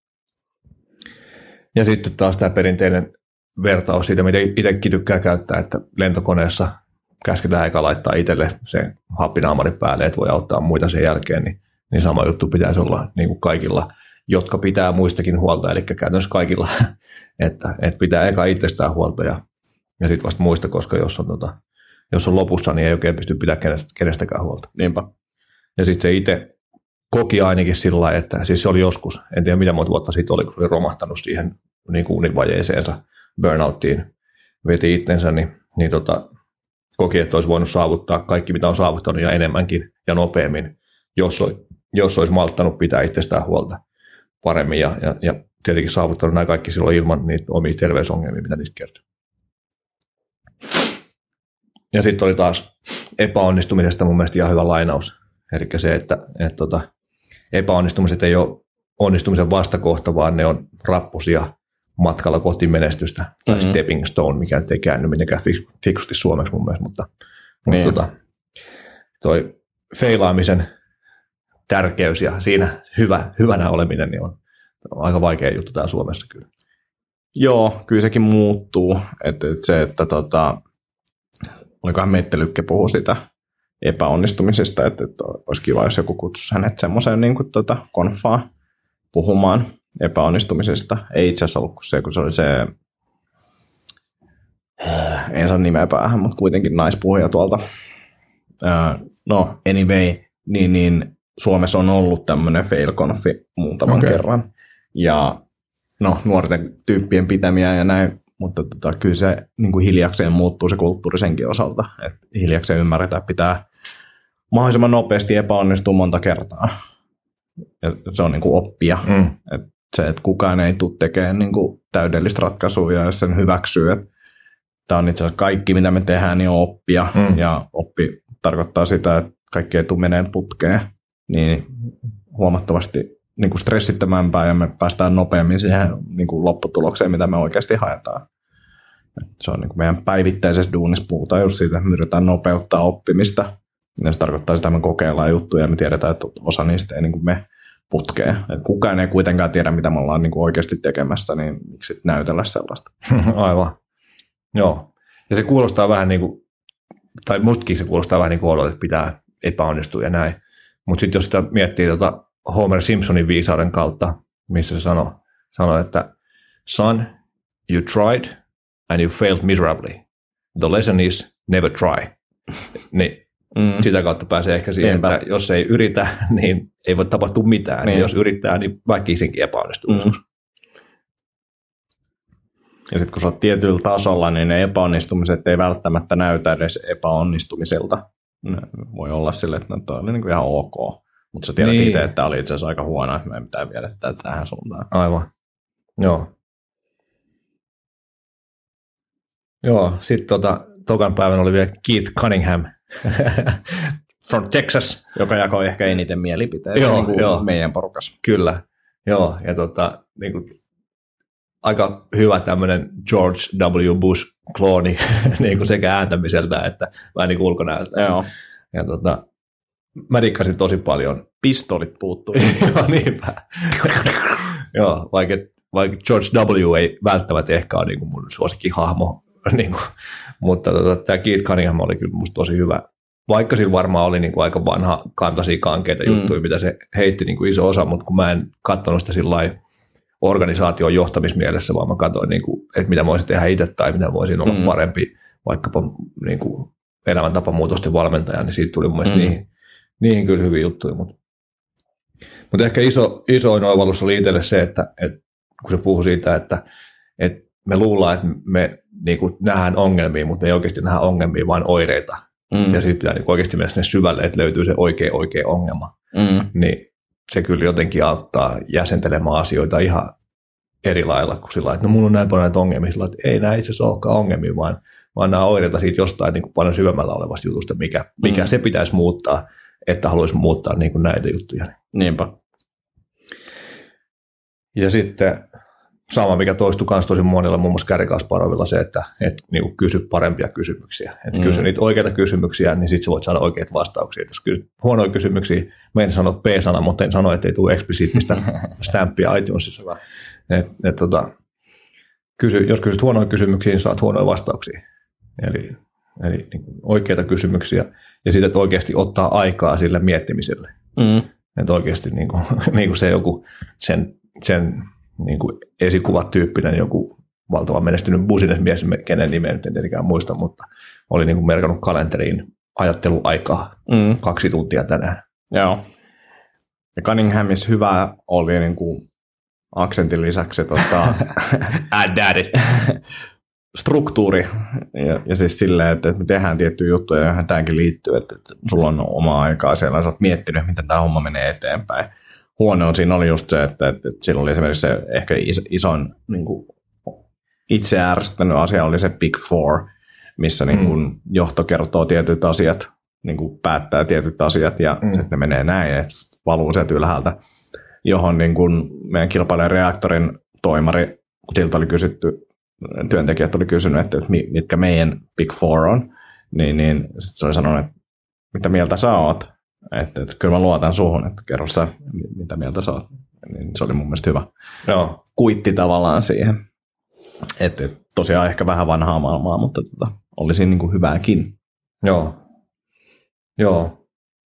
Ja sitten taas tämä perinteinen vertaus siitä, mitä itsekin tykkää käyttää, että lentokoneessa käsketään eikä laittaa itselle se happinaamari päälle, että voi auttaa muita sen jälkeen, niin sama juttu pitäisi olla niin kuin kaikilla, jotka pitää muistakin huolta, eli käytännössä kaikilla, että pitää eka itsestään huolta ja sitten vasta muista, koska jos on lopussa, niin ei oikein pysty pitämään kenestäkään huolta. Niinpä. Ja sitten se itse koki ainakin sillä lailla, että siis se oli joskus, en tiedä mitä monta vuotta siitä oli, kun se oli romahtanut siihen niin kuin univajeeseensa, burnouttiin, veti itsensä, niin koki, että olisi voinut saavuttaa kaikki, mitä on saavuttanut ja enemmänkin ja nopeammin, jos olisi malttanut pitää itsestään huolta paremmin ja tietenkin saavuttanut nämä kaikki silloin ilman niitä omia terveysongelmia, mitä niistä kertoo. Ja sitten oli taas epäonnistumisesta mun mielestä ihan hyvä lainaus, eli se, että epäonnistumiset ei ole onnistumisen vastakohta, vaan ne on rappusia matkalla kohti menestystä, tai stepping stone, mikä ei käänny mitenkään fiksusti suomeksi mun mielestä, mutta toi feilaamisen tärkeys ja siinä hyvänä oleminen niin on aika vaikea juttu täällä Suomessa kyllä. Joo, kyllä sekin muuttuu, että olikohan Mette Lykke puhui sitä epäonnistumisista, että olisi kiva, jos joku kutsuisi hänet semmoiseen niin kuin konfaan puhumaan epäonnistumisesta. Ei itse asiassa ollut se, kun se oli se, en saa nimeä päähän, mutta kuitenkin naispuhuja tuolta. No, anyway, niin Suomessa on ollut tämmöinen fail-konfi muutaman kerran. Ja no, nuorten tyyppien pitämiä ja näin, mutta kyllä se niin kuin hiljakseen muuttuu se kulttuuri senkin osalta. Että hiljakseen ymmärretään, että pitää mahdollisimman nopeasti epäonnistua monta kertaa. Ja se on niin kuin oppia. Että se, että kukaan ei tule tekemään niin kuin täydellistä ratkaisua ja jos sen hyväksyy, että tämä on itse asiassa kaikki, mitä me tehdään, niin on oppia. Ja oppi tarkoittaa sitä, että kaikki ei tule meneen putkeen. Niin huomattavasti niin kuin stressittömämpää ja me päästään nopeammin siihen niin kuin lopputulokseen, mitä me oikeasti haetaan. Se on niin kuin meidän päivittäisessä duunissa puhutaan just siitä, että me yritetään nopeuttaa oppimista. Ja se tarkoittaa sitä, että me kokeillaan juttuja ja me tiedetään, että osa niistä ei niin kuin me putkeen. Et kukaan ei kuitenkaan tiedä, mitä me ollaan niin kuin oikeasti tekemässä, niin miksi sitten näytellä sellaista. Aivan. Joo. Ja se kuulostaa vähän niin kuin, tai mustakin se kuulostaa vähän niin kuin odolla, että pitää epäonnistua ja näin. Mutta sitten jos sitä miettii Homer Simpsonin viisauden kautta, missä se sanoi, että son, you tried and you failed miserably. The lesson is never try. Niin sitä kautta pääsee ehkä siihen, että jos ei yritä, niin ei voi tapahtua mitään. Niin. Jos yrittää, niin väkisinkin epäonnistuu. Ja sitten kun sä oot tietyllä tasolla, niin ne epäonnistumiset ei välttämättä näytä edes epäonnistumiselta. Voi olla sille, että toi oli niin ihan ok. Mutta sä tiedät itse, että tämä oli itse asiassa aika huono, että meidän pitää viedä tätä tähän suuntaan. Aivan. Joo. Joo, sitten tokan päivän oli vielä Keith Cunningham from Texas. Joka jakoi ehkä eniten mielipiteitä meidän porukassa. Kyllä, joo. Ja niin kuin, aika hyvä tämmöinen George W. Bush-klooni niin kuin sekä ääntämiseltä että vähän niin kuin ulkonäöltä. Joo. Ja mä dikkasin tosi paljon. Pistolit puuttuu. Joo, niinpä. Joo, vaikka George W. ei välttämättä ehkä ole niin kuin mun suosikkihahmo, niin kuin, mutta tämä Keith Cunningham oli kyllä musta tosi hyvä. Vaikka sillä varmaan oli niin kuin aika vanha kantaisia kankeita juttuja, mitä se heitti niin kuin iso osa, mutta kun mä en katsonut sitä sillai organisaation johtamismielessä, vaan mä katsoin, niin kuin, että mitä mä voisin tehdä itse tai mitä voisin olla parempi vaikkapa niin kuin elämäntapamuutosten valmentaja, niin siitä tuli mun mielestä niihin kyllä hyviä juttuja. Mutta ehkä isoin oivallus oli itselle se, että kun se puhuu siitä, että me luullaan, että me niin kuin nähdään ongelmia, mutta me ei oikeasti nähdä ongelmia, vaan oireita. Ja siitä pitää niin oikeasti mennä sinne syvälle, että löytyy se oikea ongelma. Niin se kyllä jotenkin auttaa jäsentelemään asioita ihan eri lailla kuin sillä, että no mulla on näin paljon näitä ongelmia, sillä, että ei nämä itse asiassa olekaan ongelmia, vaan nämä oireita siitä jostain niin kuin paljon syvemmällä olevasta jutusta, mikä se pitäisi muuttaa, että haluaisi muuttaa niin kuin näitä juttuja. Niinpä. Ja sitten sama, mikä toistui myös tosi monilla, muun muassa Gary Kasparovilla se, että niin kuin kysy parempia kysymyksiä. Että kysy niitä oikeita kysymyksiä, niin sitten sä voit saada oikeita vastauksia. Jos kysyt huonoja kysymyksiä, mä en sano P-sana, mutta en sano, että ei tule eksplisiittistä stämppiä iTunesissa. Jos kysyt huonoja kysymyksiä, niin saat huonoja vastauksia. Eli niin oikeita kysymyksiä ja sitten, että oikeasti ottaa aikaa sille miettimiselle. Että oikeasti niin kuin se joku sen niin kuin esikuvatyyppinen joku valtavan menestynyt businessmies, kenen nimeä nyt en tietenkään muista, mutta oli niin kuin merkannut kalenteriin ajatteluaikaa 2 tuntia tänään. Joo. Ja Cunninghamissa hyvä oli niin kuin aksentin lisäksi struktuuri ja siis silleen, että me tehdään tiettyjä juttuja, joihin tämäkin liittyy, että sulla on oma aikaa siellä ja sä oot miettinyt, miten tämä homma menee eteenpäin. Huono on siinä oli just se, että sillä oli esimerkiksi se ehkä ison niin kuin itse ärsyttänyt asia oli se Big Four, missä niin kuin johto kertoo tietyt asiat, niin kuin päättää tietyt asiat ja sitten ne menee näin, että valuu sieltä ylhäältä, johon niin kuin meidän kilpailijan reaktorin toimari, kun siltä oli kysytty, työntekijät oli kysynyt, että mitkä meidän Big Four on, niin se oli sanonut, että mitä mieltä sä oot, että kyllä mä luotan suhun, että kerro sä, mitä mieltä sä oot. Niin se oli mun mielestä hyvä kuitti tavallaan siihen. Että tosiaan ehkä vähän vanhaa maailmaa, mutta oli siinä niin kuin hyvääkin. Joo. Joo.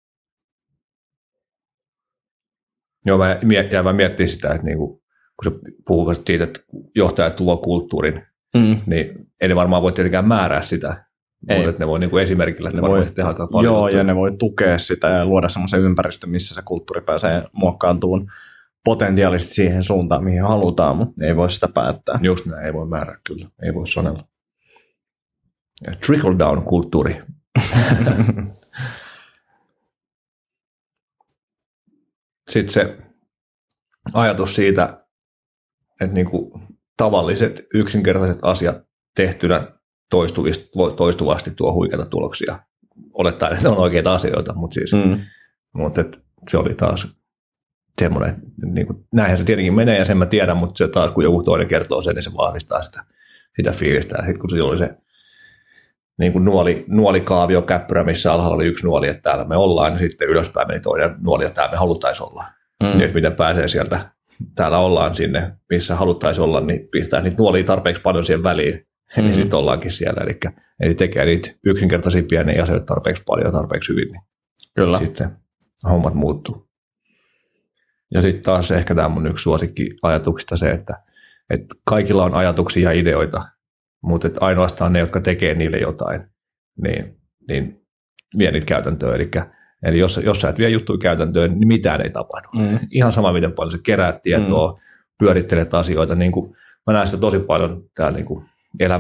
Joo, mä miettin sitä, että niinku, kun se puhuu siitä, että johtajat luo kulttuurin, niin ei ne varmaan voi tietenkään määrää sitä, mutta että ne voi niinku esimerkillä, että varmasti tehdä aika paljon. Joo, ja ne voi tukea sitä ja luoda semmoisen ympäristön, missä se kulttuuri pääsee muokkaantumaan potentiaalisesti siihen suuntaan, mihin halutaan, mutta ei voi sitä päättää. Just näin, ei voi määrää kyllä, ei voi sanella. Trickle down kulttuuri. Sitten se ajatus siitä, että niinku tavalliset yksinkertaiset asiat tehtynä toistuvasti tuo huikeita tuloksia. Olettaen, että on oikeita asioita, mutta siis, se oli taas semmoinen, niin näinhän se tietenkin menee ja sen mä tiedän, mutta se taas kun joku toinen kertoo sen, niin se vahvistaa sitä fiilistä. Ja sitten kun se oli se niin kuin nuolikaavio käppyrä, missä alhaalla oli yksi nuoli, että täällä me ollaan, niin sitten ylöspäin meni toinen nuoli, ja täällä me haluttaisiin olla. Nyt miten pääsee sieltä, täällä ollaan sinne, missä haluttaisiin olla, niin pistää niitä nuolia tarpeeksi paljon siihen väliin, niin sitten ollaankin siellä. Eli tekee niitä yksinkertaisia pieniä asioita tarpeeksi paljon ja tarpeeksi hyvin, niin kyllä. Sitten hommat muuttuu. Ja sitten taas ehkä tämä mun yksi suosikki ajatuksista se, että kaikilla on ajatuksia ja ideoita, mutta ainoastaan ne, jotka tekee niille jotain, niin vie niitä käytäntöön. Eli jos sä et vie juttuja käytäntöön, niin mitään ei tapahdu. Ihan sama, miten paljon sä keräät tietoa, pyörittelet asioita. Niin kuin, mä näen sitä tosi paljon täällä niin kuin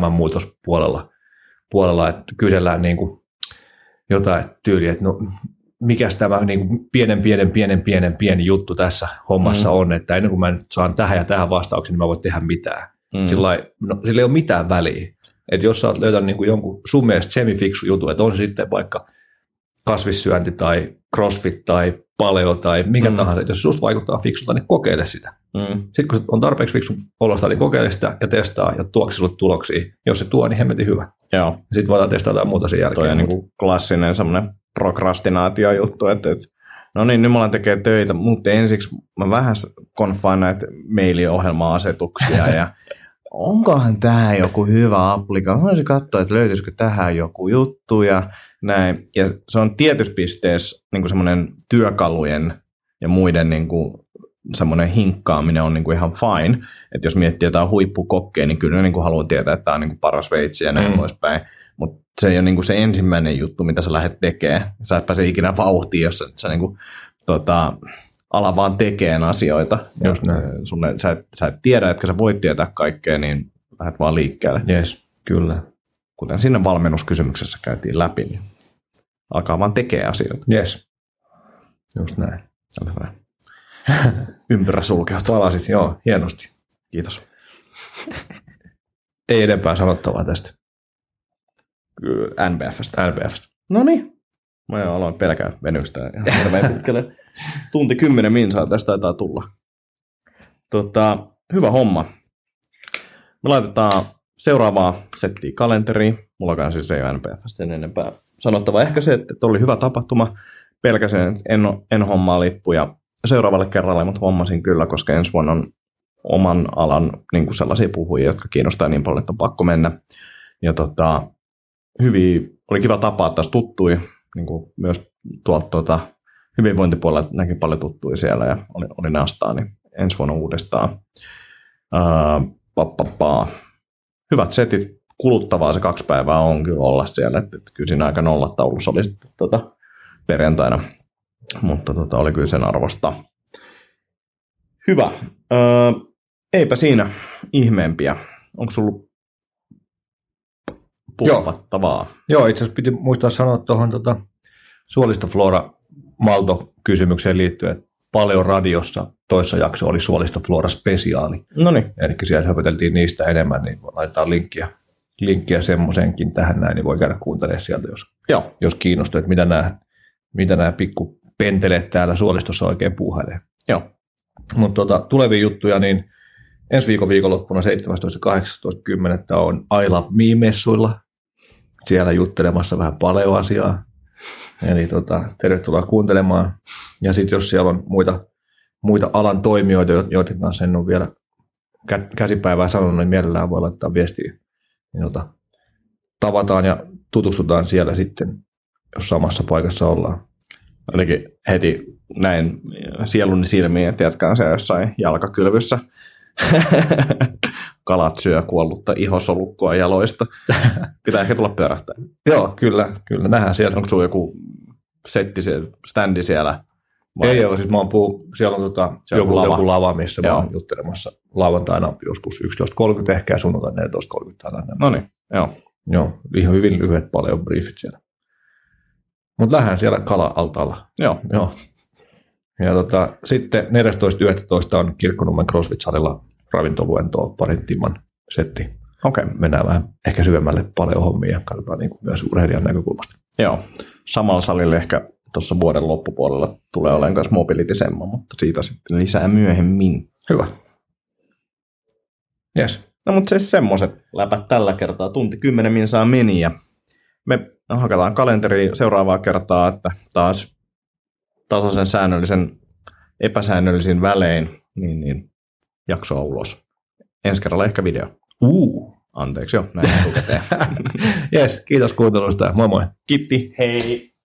elämänmuutospuolella, että kysellään niin kuin jotain tyyliä, että no mikäs tämä niin kuin pieni juttu tässä hommassa on, että ennen kuin mä nyt saan tähän ja tähän vastauksen, niin mä voin tehdä mitään. Sillä ei ole mitään väliä. Että jos sä oot löytänyt niin kuin jonkun sun mielestä semifiksu jutun, että on se sitten vaikka kasvissyönti tai crossfit tai paleo tai mikä tahansa, että jos se susta vaikuttaa fiksulta, niin kokeile sitä. Sitten kun on tarpeeksi fiksun olosta, niin kokeile sitä ja testaa ja tuoksi sulle tuloksia. Jos se tuo, niin hemmetin hyvä. Joo. Sitten voidaan testata jotain muuta sen jälkeen. Toi on niin kuin klassinen semmoinen prokrastinaatio-juttu, että no niin, nyt mä alan tekemään töitä, mutta ensiksi mä vähän konfaan näitä mailiohjelma-asetuksia ja onkohan tämä joku hyvä applikaatio? Mä voisin katsoa, että löytyisikö tähän joku juttu ja näin. Ja se on tietyssä pisteessä niin kuin semmoinen työkalujen ja muiden niin kuin semmoinen hinkkaaminen on niin kuin ihan fine. Että jos miettii jotain huippukokkeja, niin kyllä ne niin kuin haluaa tietää, että tämä on niin kuin paras veitsi ja näin poispäin. Mutta se ei ole niin kuin se ensimmäinen juttu, mitä sä lähdet tekemään. Sä et pääse ikinä vauhtiin, jos sä niin kuin, ala vaan tekemään asioita. Sä et tiedä, että sä voit tietää kaikkea, niin lähdet vaan liikkeelle. Yes, kyllä. Kuten sinne valmennuskysymyksessä käytiin läpi, niin alkaa vaan tekemään asioita. Yes, just näin. Ympyrä sulkeutuu. Palasit, joo, hienosti. Kiitos. Ei enempää sanottavaa tästä. NBFstä. No niin. Mä jo aloin pelkää venystä ihan hirveän pitkälle. Tunti 10 minsaa tästä taitaa tulla. Hyvä homma. Me laitetaan seuraavaa settiä kalenteriin. Mullakaan siis ei ole NBFstä enempää sanottavaa. Ehkä se, että oli hyvä tapahtuma. Pelkäsin, että en hommaa lippuja seuraavalle kerralle, mutta hommasin kyllä, koska ensi vuonna on oman alan niin kuin sellaisia puhujia, jotka kiinnostaa niin paljon, että on pakko mennä. Ja oli kiva tapaa taas tuttui, niin kuin myös tuolta hyvinvointipuolella näki paljon tuttuja siellä ja oli nastaa, niin ensi vuonna uudestaan. Hyvät setit, kuluttavaa se 2 päivää on kyllä olla siellä, että kyllä siinä aika nollataulussa oli sitten perjantaina, mutta oli kyllä sen arvosta. Hyvä. Eipä siinä ihmeempiä. Onko sulla puhuvattavaa? Joo, itse asiassa piti muistaa sanoa tuohon suolistoflora-malto-kysymykseen liittyen, että paljon radiossa toissa jakso oli suolistoflora-spesiaali. Noniin. Eli siellä höpöteltiin niistä enemmän, niin laitetaan linkkiä semmoisenkin tähän näin, niin voi käydä kuuntelemaan sieltä, jos kiinnostuu, että mitä nämä pikku penteleet täällä suolistossa oikein puuhailee. Joo. Mutta tulevia juttuja, niin ensi viikon viikonloppuna 17.–18.10. on I Love Me-messuilla. Siellä juttelemassa vähän paleo-asiaa. Eli tervetuloa kuuntelemaan. Ja sitten jos siellä on muita alan toimijoita, joiden kanssa en ole vielä käsipäivää sanonut, niin mielellään voi laittaa viestiä. Niin tavataan ja tutustutaan siellä sitten jos samassa paikassa ollaan. Jotenkin heti näin sieluni silmiin, että jatkaan siellä jossain jalkakylvyssä. Kalat syö kuollutta ihosolukkoa jaloista. Pitää ehkä tulla pyörähtää. Joo, kyllä. Nähdään siellä. Onko sulla joku standi siellä? Ei ole, siis siellä on joku lava, missä mä oon juttelemassa lauantaina joskus 11.30 ehkä ja sunnuntaina 14.30. No niin, joo. Joo, ihan hyvin lyhyet paljon briefit siellä. Mutta lähdään siellä kala-altaalla. Joo. Ja sitten 14.11. on Kirkkonummen CrossFit-salilla ravintoluentoa parin timman setti. Okei. Mennään vähän ehkä syvemmälle paljon hommia ja katsotaan niin kuin myös urheilijan näkökulmasta. Joo, samalla salilla ehkä tuossa vuoden loppupuolella tulee olemaan myös mobility-semmo, mutta siitä sitten lisää myöhemmin. Hyvä. Yes. No mutta siis semmoiset läpät tällä kertaa. Tunti 10 minsaa meni ja me hakataan kalenteri seuraavaa kertaa, että taas tasaisen säännöllisen epäsäännöllisin välein niin jaksoa ulos. Ensi kerralla ehkä video. Anteeksi jo, näin etukäteen. Yes, kiitos kuuntelusta. Moi moi. Kiitti, hei!